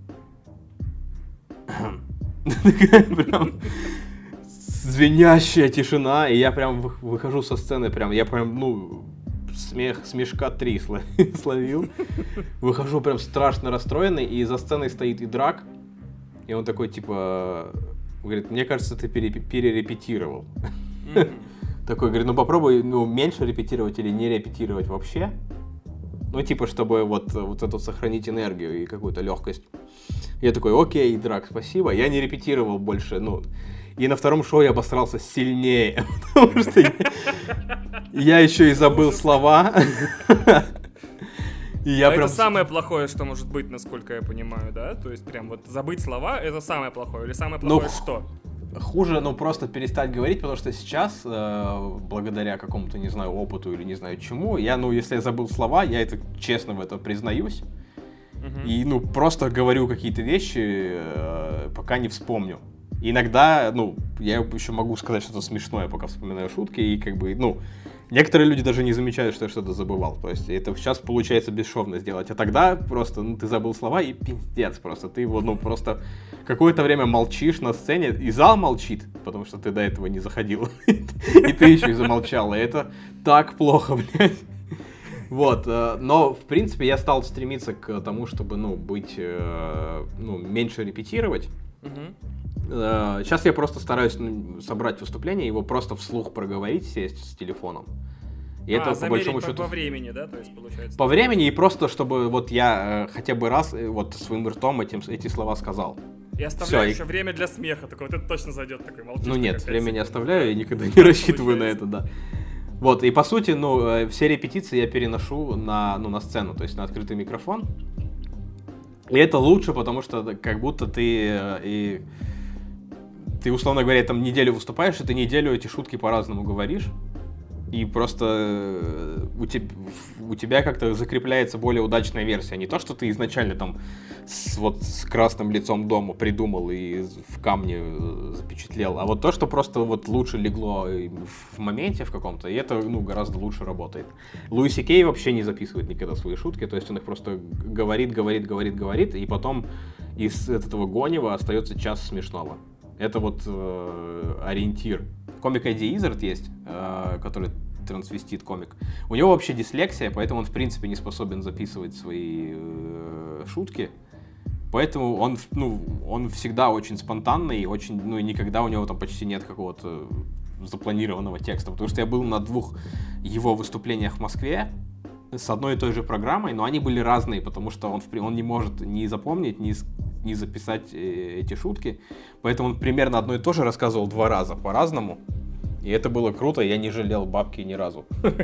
Прям звенящая тишина, и я прям выхожу со сцены, прям, я прям, ну... Смех, смешка три словил. Выхожу прям страшно расстроенный, и за сценой стоит Идрак. И он такой, типа, говорит, мне кажется, ты пере- перерепетировал. Mm-hmm. Такой, говорит, ну попробуй, ну, меньше репетировать или не репетировать вообще. Ну, типа, чтобы вот, вот эту сохранить энергию и какую-то легкость. Я такой, окей, Идрак, спасибо. Я не репетировал больше, ну... И на втором шоу я обосрался сильнее, потому что я, я еще и забыл слова. И я а прям... Это самое плохое, что может быть, насколько я понимаю, да? То есть прям вот забыть слова — это самое плохое, или самое плохое ну, что? Хуже, ну, просто перестать говорить, потому что сейчас, э, благодаря какому-то, не знаю, опыту или не знаю чему, я, ну, если я забыл слова, я это честно в этом признаюсь. Uh-huh. И, ну, просто говорю какие-то вещи, э, пока не вспомню. Иногда, ну, я еще могу сказать что-то смешное, пока вспоминаю шутки, и как бы, ну, некоторые люди даже не замечают, что я что-то забывал. То есть это сейчас получается бесшовно сделать. А тогда просто, ну, ты забыл слова, и пиздец просто. Ты его, ну, просто какое-то время молчишь на сцене, и зал молчит, потому что ты до этого не заходил. И ты еще и замолчал. И это так плохо, блядь. Вот, но, в принципе, я стал стремиться к тому, чтобы, ну, быть, ну, меньше репетировать. Сейчас я просто стараюсь собрать выступление, его просто вслух проговорить, сесть с телефоном. И а, это по большому по, счету... по времени, да? То есть, получается... По времени, и просто, чтобы вот я э, хотя бы раз э, вот своим ртом этим, эти слова сказал. И оставляю Всё, еще и... время для смеха, такой, вот это точно зайдет, такой молчишь. Ну нет, время секунд. не оставляю, я никогда не рассчитываю на это, да. Вот, и по сути, ну, все репетиции я переношу на, ну, на сцену, то есть на открытый микрофон. И это лучше, потому что как будто ты э, и... Ты, условно говоря, там неделю выступаешь, и ты неделю эти шутки по-разному говоришь, и просто у тебя, у тебя как-то закрепляется более удачная версия. Не то, что ты изначально там с, вот, с красным лицом дома придумал и в камне запечатлел, а вот то, что просто вот лучше легло в моменте в каком-то, и это, ну, гораздо лучше работает. Луи Си Кей вообще не записывает никогда свои шутки, то есть он их просто говорит, говорит, говорит, говорит, и потом из этого гонева остается час смешного. Это вот э, ориентир. Комик Эдди Иззард есть, э, который трансвестит комик. У него вообще дислексия, поэтому он в принципе не способен записывать свои э, шутки. Поэтому он, ну, он всегда очень спонтанный, очень, ну и никогда у него там почти нет какого-то запланированного текста. Потому что я был на двух его выступлениях в Москве с одной и той же программой, но они были разные, потому что он, он не может ни запомнить, ни не записать эти шутки, поэтому он примерно одно и то же рассказывал два раза по-разному, и это было круто, я не жалел бабки ни разу.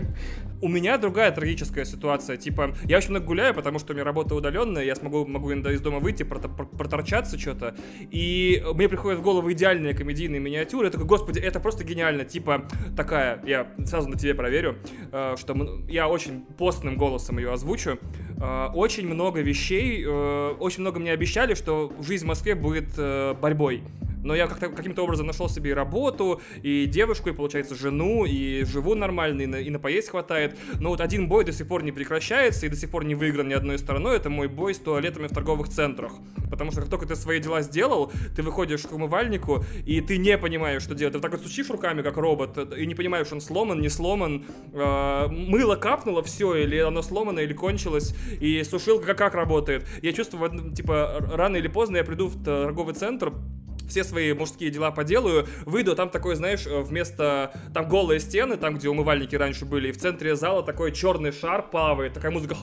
У меня другая трагическая ситуация, типа, я очень много гуляю, потому что у меня работа удаленная, я смогу, могу иногда из дома выйти, проторчаться что-то, и мне приходит в голову идеальная комедийная миниатюра, я такой, господи, это просто гениально, типа, такая, я сразу на тебе проверю, что я очень постным голосом ее озвучу, очень много вещей, очень много мне обещали, что жизнь в Москве будет борьбой. Но я как-то, каким-то образом нашел себе и работу, и девушку, и, получается, жену, и живу нормально, и на, и на поесть хватает. Но вот один бой до сих пор не прекращается, и до сих пор не выигран ни одной стороной. Это мой бой с туалетами в торговых центрах. Потому что как только ты свои дела сделал, ты выходишь к умывальнику, и ты не понимаешь, что делать. Ты вот так вот стучишь руками, как робот, и не понимаешь, он сломан, не сломан. Э, мыло капнуло, все, или оно сломано, или кончилось, и сушилка как, как работает. Я чувствую, типа, рано или поздно я приду в торговый центр, все свои мужские дела поделаю, выйду, а там такой, знаешь, вместо... Там голые стены, там, где умывальники раньше были, и в центре зала такой черный шар плавает, такая музыка...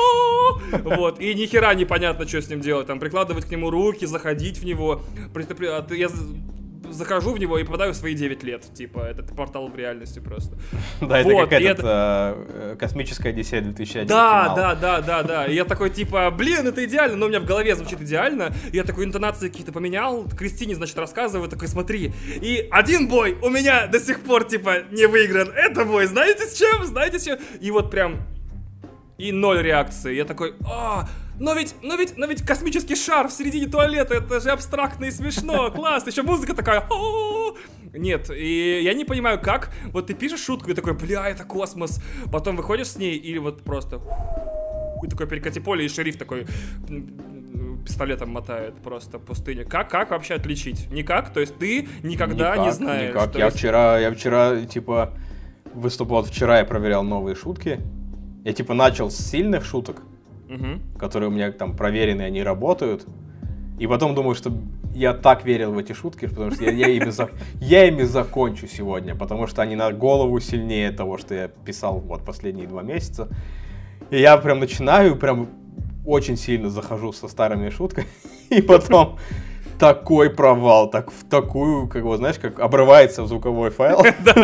Вот, и ни хера непонятно, что с ним делать. Там прикладывать к нему руки, заходить в него. Я захожу в него и попадаю в свои девять лет. Типа, это портал в реальности просто. Да, это Вот, как и этот это- э, «Космическая Одиссея» две тысячи один. Да, финал. да, да, да, да. И я такой, типа, блин, это идеально, но у меня в голове звучит идеально. И я такой интонации какие-то поменял. Кристине, значит, рассказываю, такой, смотри. И один бой у меня до сих пор, типа, не выигран. Это бой, знаете с чем? Знаете с чем? И вот прям... И ноль реакции. Я такой, а, но ведь, но ведь, но ведь космический шар в середине туалета, это же абстрактно и смешно, класс. Еще музыка такая, «О-о-о». Нет, и я не понимаю, как. Вот ты пишешь шутку и такой, бля, это космос. Потом выходишь с ней или вот просто... И такой перекати поле, и шериф такой м, пистолетом мотает просто пустыня. Как, как вообще отличить? Никак? То есть ты никогда Никак, не знаешь? Никак. То Я есть- вчера, я вчера, типа, выступал, вчера я проверял новые шутки. Я, типа, начал с сильных шуток, Мгм. которые у меня там проверены, они работают. И потом думаю, что я так верил в эти шутки, потому что я, я, ими, за- я ими закончу сегодня, потому что они на голову сильнее того, что я писал вот последние два месяца. И я прям начинаю, прям очень сильно захожу со старыми шутками, и потом такой провал, так, в такую, как бы, знаешь, как обрывается звуковой файл.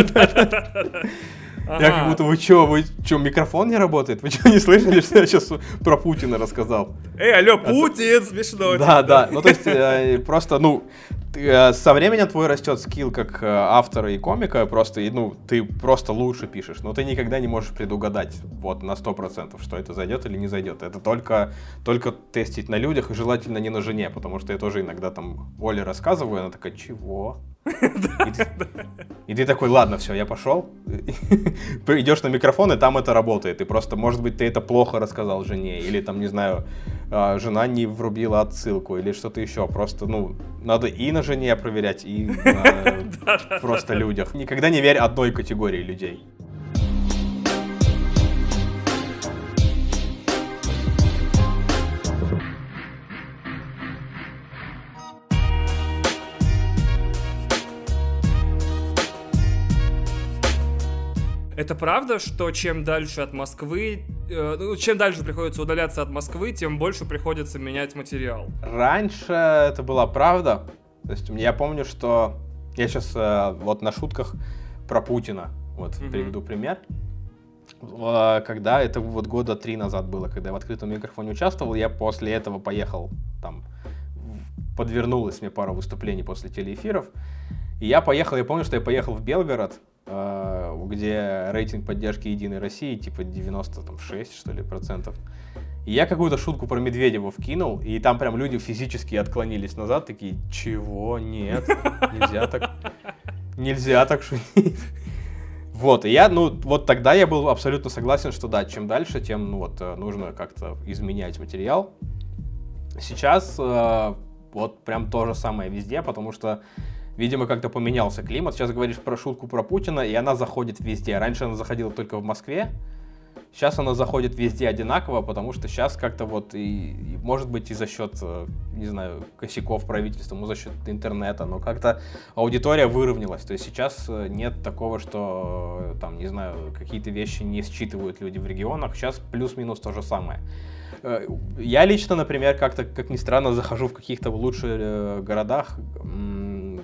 Я как будто, вы чё, вы чё, микрофон не работает? Вы чё, не слышали, что я сейчас про Путина рассказал? Эй, алло, Путин, смешно. Да, да, ну то есть э, просто, ну, ты, э, со временем твой растет скилл как э, автора и комика, просто, и, ну, ты просто лучше пишешь, но ты никогда не можешь предугадать вот на сто процентов, что это зайдет или не зайдет. Это только, только тестить на людях и желательно не на жене, потому что я тоже иногда там Оле рассказываю, она такая, чего? И ты, и ты такой, ладно, все, я пошел. Идешь на микрофон, и там это работает. И просто, может быть, ты это плохо рассказал жене, или там, не знаю, а, жена не врубила отсылку, или что-то еще. Просто, ну, надо и на жене проверять, и на просто людях. Никогда не верь одной категории людей. Это правда, что чем дальше от Москвы, э, ну, чем дальше приходится удаляться от Москвы, тем больше приходится менять материал? Раньше это была правда. То есть я помню, что я сейчас э, вот на шутках про Путина вот Мгм. приведу пример. Э, Когда это вот года три назад было, когда я в открытом микрофоне участвовал, я после этого поехал там, подвернулось мне пару выступлений после телеэфиров. И я поехал, я помню, что я поехал в Белгород, э, где рейтинг поддержки Единой России типа девяносто шесть, что ли, процентов. И я какую-то шутку про Медведева вкинул, и там прям люди физически отклонились назад, такие, чего? Нет, нельзя так, нельзя так шутить. Вот, и я, ну, вот тогда я был абсолютно согласен, что да, чем дальше, тем, ну, вот, э, нужно как-то изменять материал. Сейчас э, вот прям то же самое везде, потому что, видимо, как-то поменялся климат. Сейчас говоришь про шутку про Путина, и она заходит везде. Раньше она заходила только в Москве, сейчас она заходит везде одинаково, потому что сейчас как-то вот, и, и может быть и за счет, э, не знаю, косяков правительства, ну, за счет интернета, но как-то аудитория выровнялась. То есть сейчас э, нет такого, что, э, там, не знаю, какие-то вещи не считывают люди в регионах. Сейчас плюс-минус то же самое. Э, Я лично, например, как-то, как ни странно, захожу в каких-то лучших э, городах, м,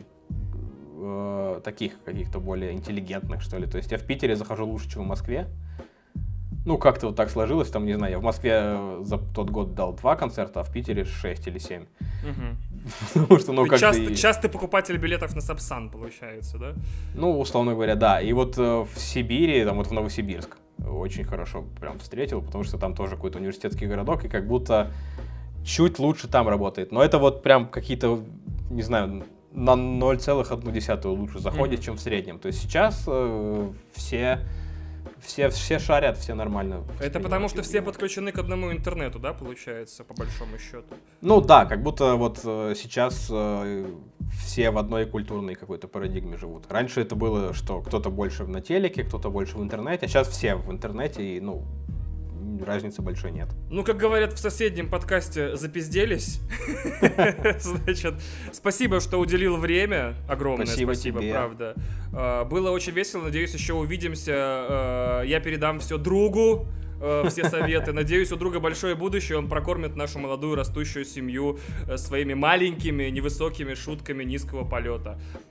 э, таких каких-то более интеллигентных, что ли. То есть я в Питере захожу лучше, чем в Москве. Ну, как-то вот так сложилось, там, не знаю, я в Москве за тот год дал два концерта, а в Питере шесть или семь. Мгм. Потому что, ну, Ты как часто- частый покупатель билетов на Сапсан, получается, да? Ну, условно говоря, да. И вот э, в Сибири, там вот в Новосибирск, очень хорошо прям встретил, потому что там тоже какой-то университетский городок, и как будто чуть лучше там работает. Но это вот прям какие-то, не знаю, на ноль целых одну десятую лучше заходит, Мгм. чем в среднем. То есть сейчас э, все, все, все шарят, все нормально. Это потому, что все воспринимают. подключены к одному интернету, да, получается, по большому счету? Ну да, как будто вот э, сейчас э, все в одной культурной какой-то парадигме живут. Раньше это было, что кто-то больше на телеке, кто-то больше в интернете, а сейчас все в интернете, и, ну, разницы большой нет. Ну, как говорят в соседнем подкасте, запизделись. Значит, спасибо, что уделил время. Огромное Спасибо спасибо, тебе. правда. А, Было очень весело. Надеюсь, еще увидимся. А, Я передам все другу, а, все советы. Надеюсь, у друга большое будущее. Он прокормит нашу молодую растущую семью а, своими маленькими, невысокими шутками низкого полета.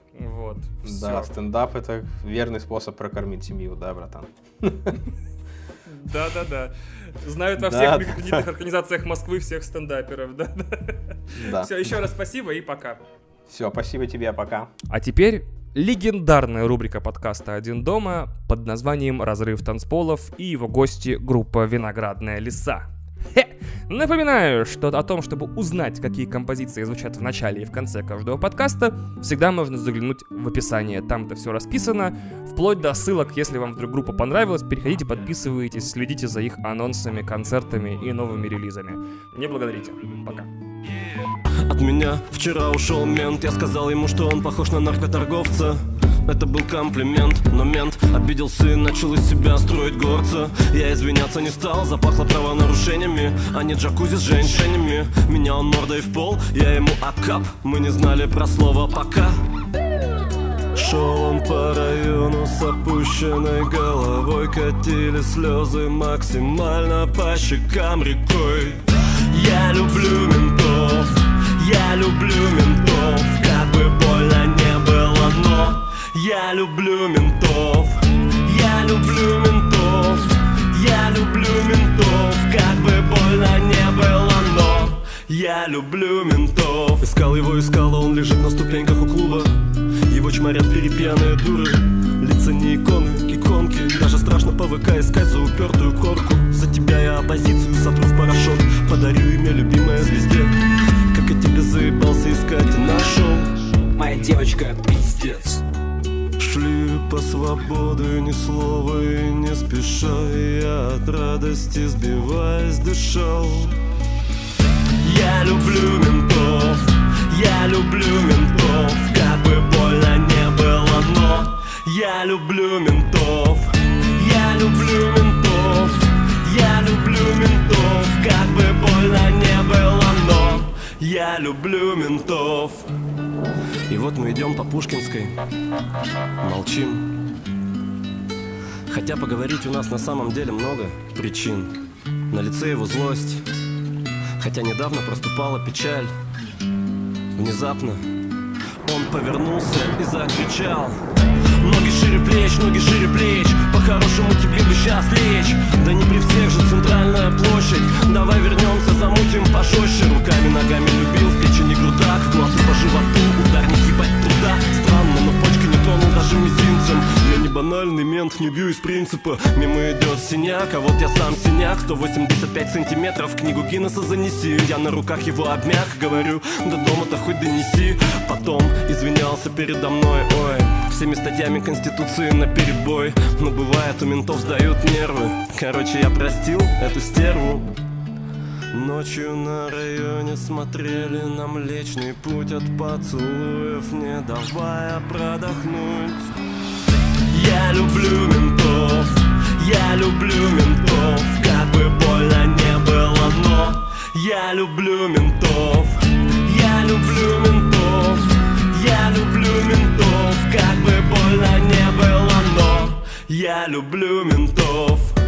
Вот. Да, Всё. стендап — это верный способ прокормить семью, да, братан? Да-да-да. Знают во Да, всех да. микрокредитных организациях Москвы всех стендаперов. Да. Да. Все, еще раз спасибо и пока. Все, спасибо тебе, пока. А теперь легендарная рубрика подкаста «Один дома» под названием «Разрыв танцполов» и его гости группа «Виноградная лиса». Хе! Напоминаю, что о том, чтобы узнать, какие композиции звучат в начале и в конце каждого подкаста, всегда можно заглянуть в описание. Там-то все расписано, вплоть до ссылок. Если вам вдруг группа понравилась, переходите, подписывайтесь, следите за их анонсами, концертами и новыми релизами. Не благодарите. Пока. От меня вчера ушел мент. Я сказал ему, что он похож на наркоторговца. Это был комплимент, но мент обиделся и начал из себя строить горца. Я извиняться не стал, запахло правонарушениями, а не джакузи с женщинами. Меня он мордой в пол, я ему окап. Мы не знали про слово «пока». Шел он по району с опущенной головой. Катили слезы максимально по щекам рекой. Я люблю ментов, я люблю ментов, как бы больно не было, но я люблю ментов, я люблю ментов, я люблю ментов, как бы больно не было, но я люблю ментов. Искал его, искал, а он лежит на ступеньках у клуба. Его чморят перепьяные дуры. Лица не иконы, иконки. Даже страшно по ВК искать за упертую корку. За тебя я оппозицию сотру в порошок. Подарю имя любимой звезде. Как я тебе заебался искать и нашел. Моя девочка пиздец. Шли по свободе, ни слова и не спеша. Я от радости сбиваясь дышал. Я люблю ментов, я люблю ментов, как бы больно не было, но я люблю ментов, я люблю ментов, я люблю ментов, как бы больно не было, но я люблю ментов. И вот мы идем по Пушкинской, молчим. Хотя поговорить у нас на самом деле много причин. На лице его злость, хотя недавно проступала печаль. Внезапно он повернулся и закричал: ноги шире плеч, ноги шире плеч, по-хорошему тебе бы сейчас лечь. Да не при всех же центральная площадь. Давай вернемся, замутим пожестче. Руками, ногами любил, в плечи не грудак, в глазу по животу, удар не ебать труда. Странно, но почки не тронул даже мизинцем. Я не банальный мент, не бью из принципа. Мимо идет синяк, а вот я сам синяк. сто восемьдесят пять сантиметров, книгу Гиннесса занеси. Я на руках его обмяк, говорю, до дома-то хоть донеси. Потом извинялся передо мной, ой, всеми статьями Конституции наперебой. Но бывает, у ментов сдают нервы. Короче, я простил эту стерву. Ночью на районе смотрели на Млечный Путь от поцелуев, не давая продохнуть. Я люблю ментов, я люблю ментов, как бы больно не было, но я люблю ментов, я люблю ментов, я люблю ментов, как бы больно не было, но я люблю ментов.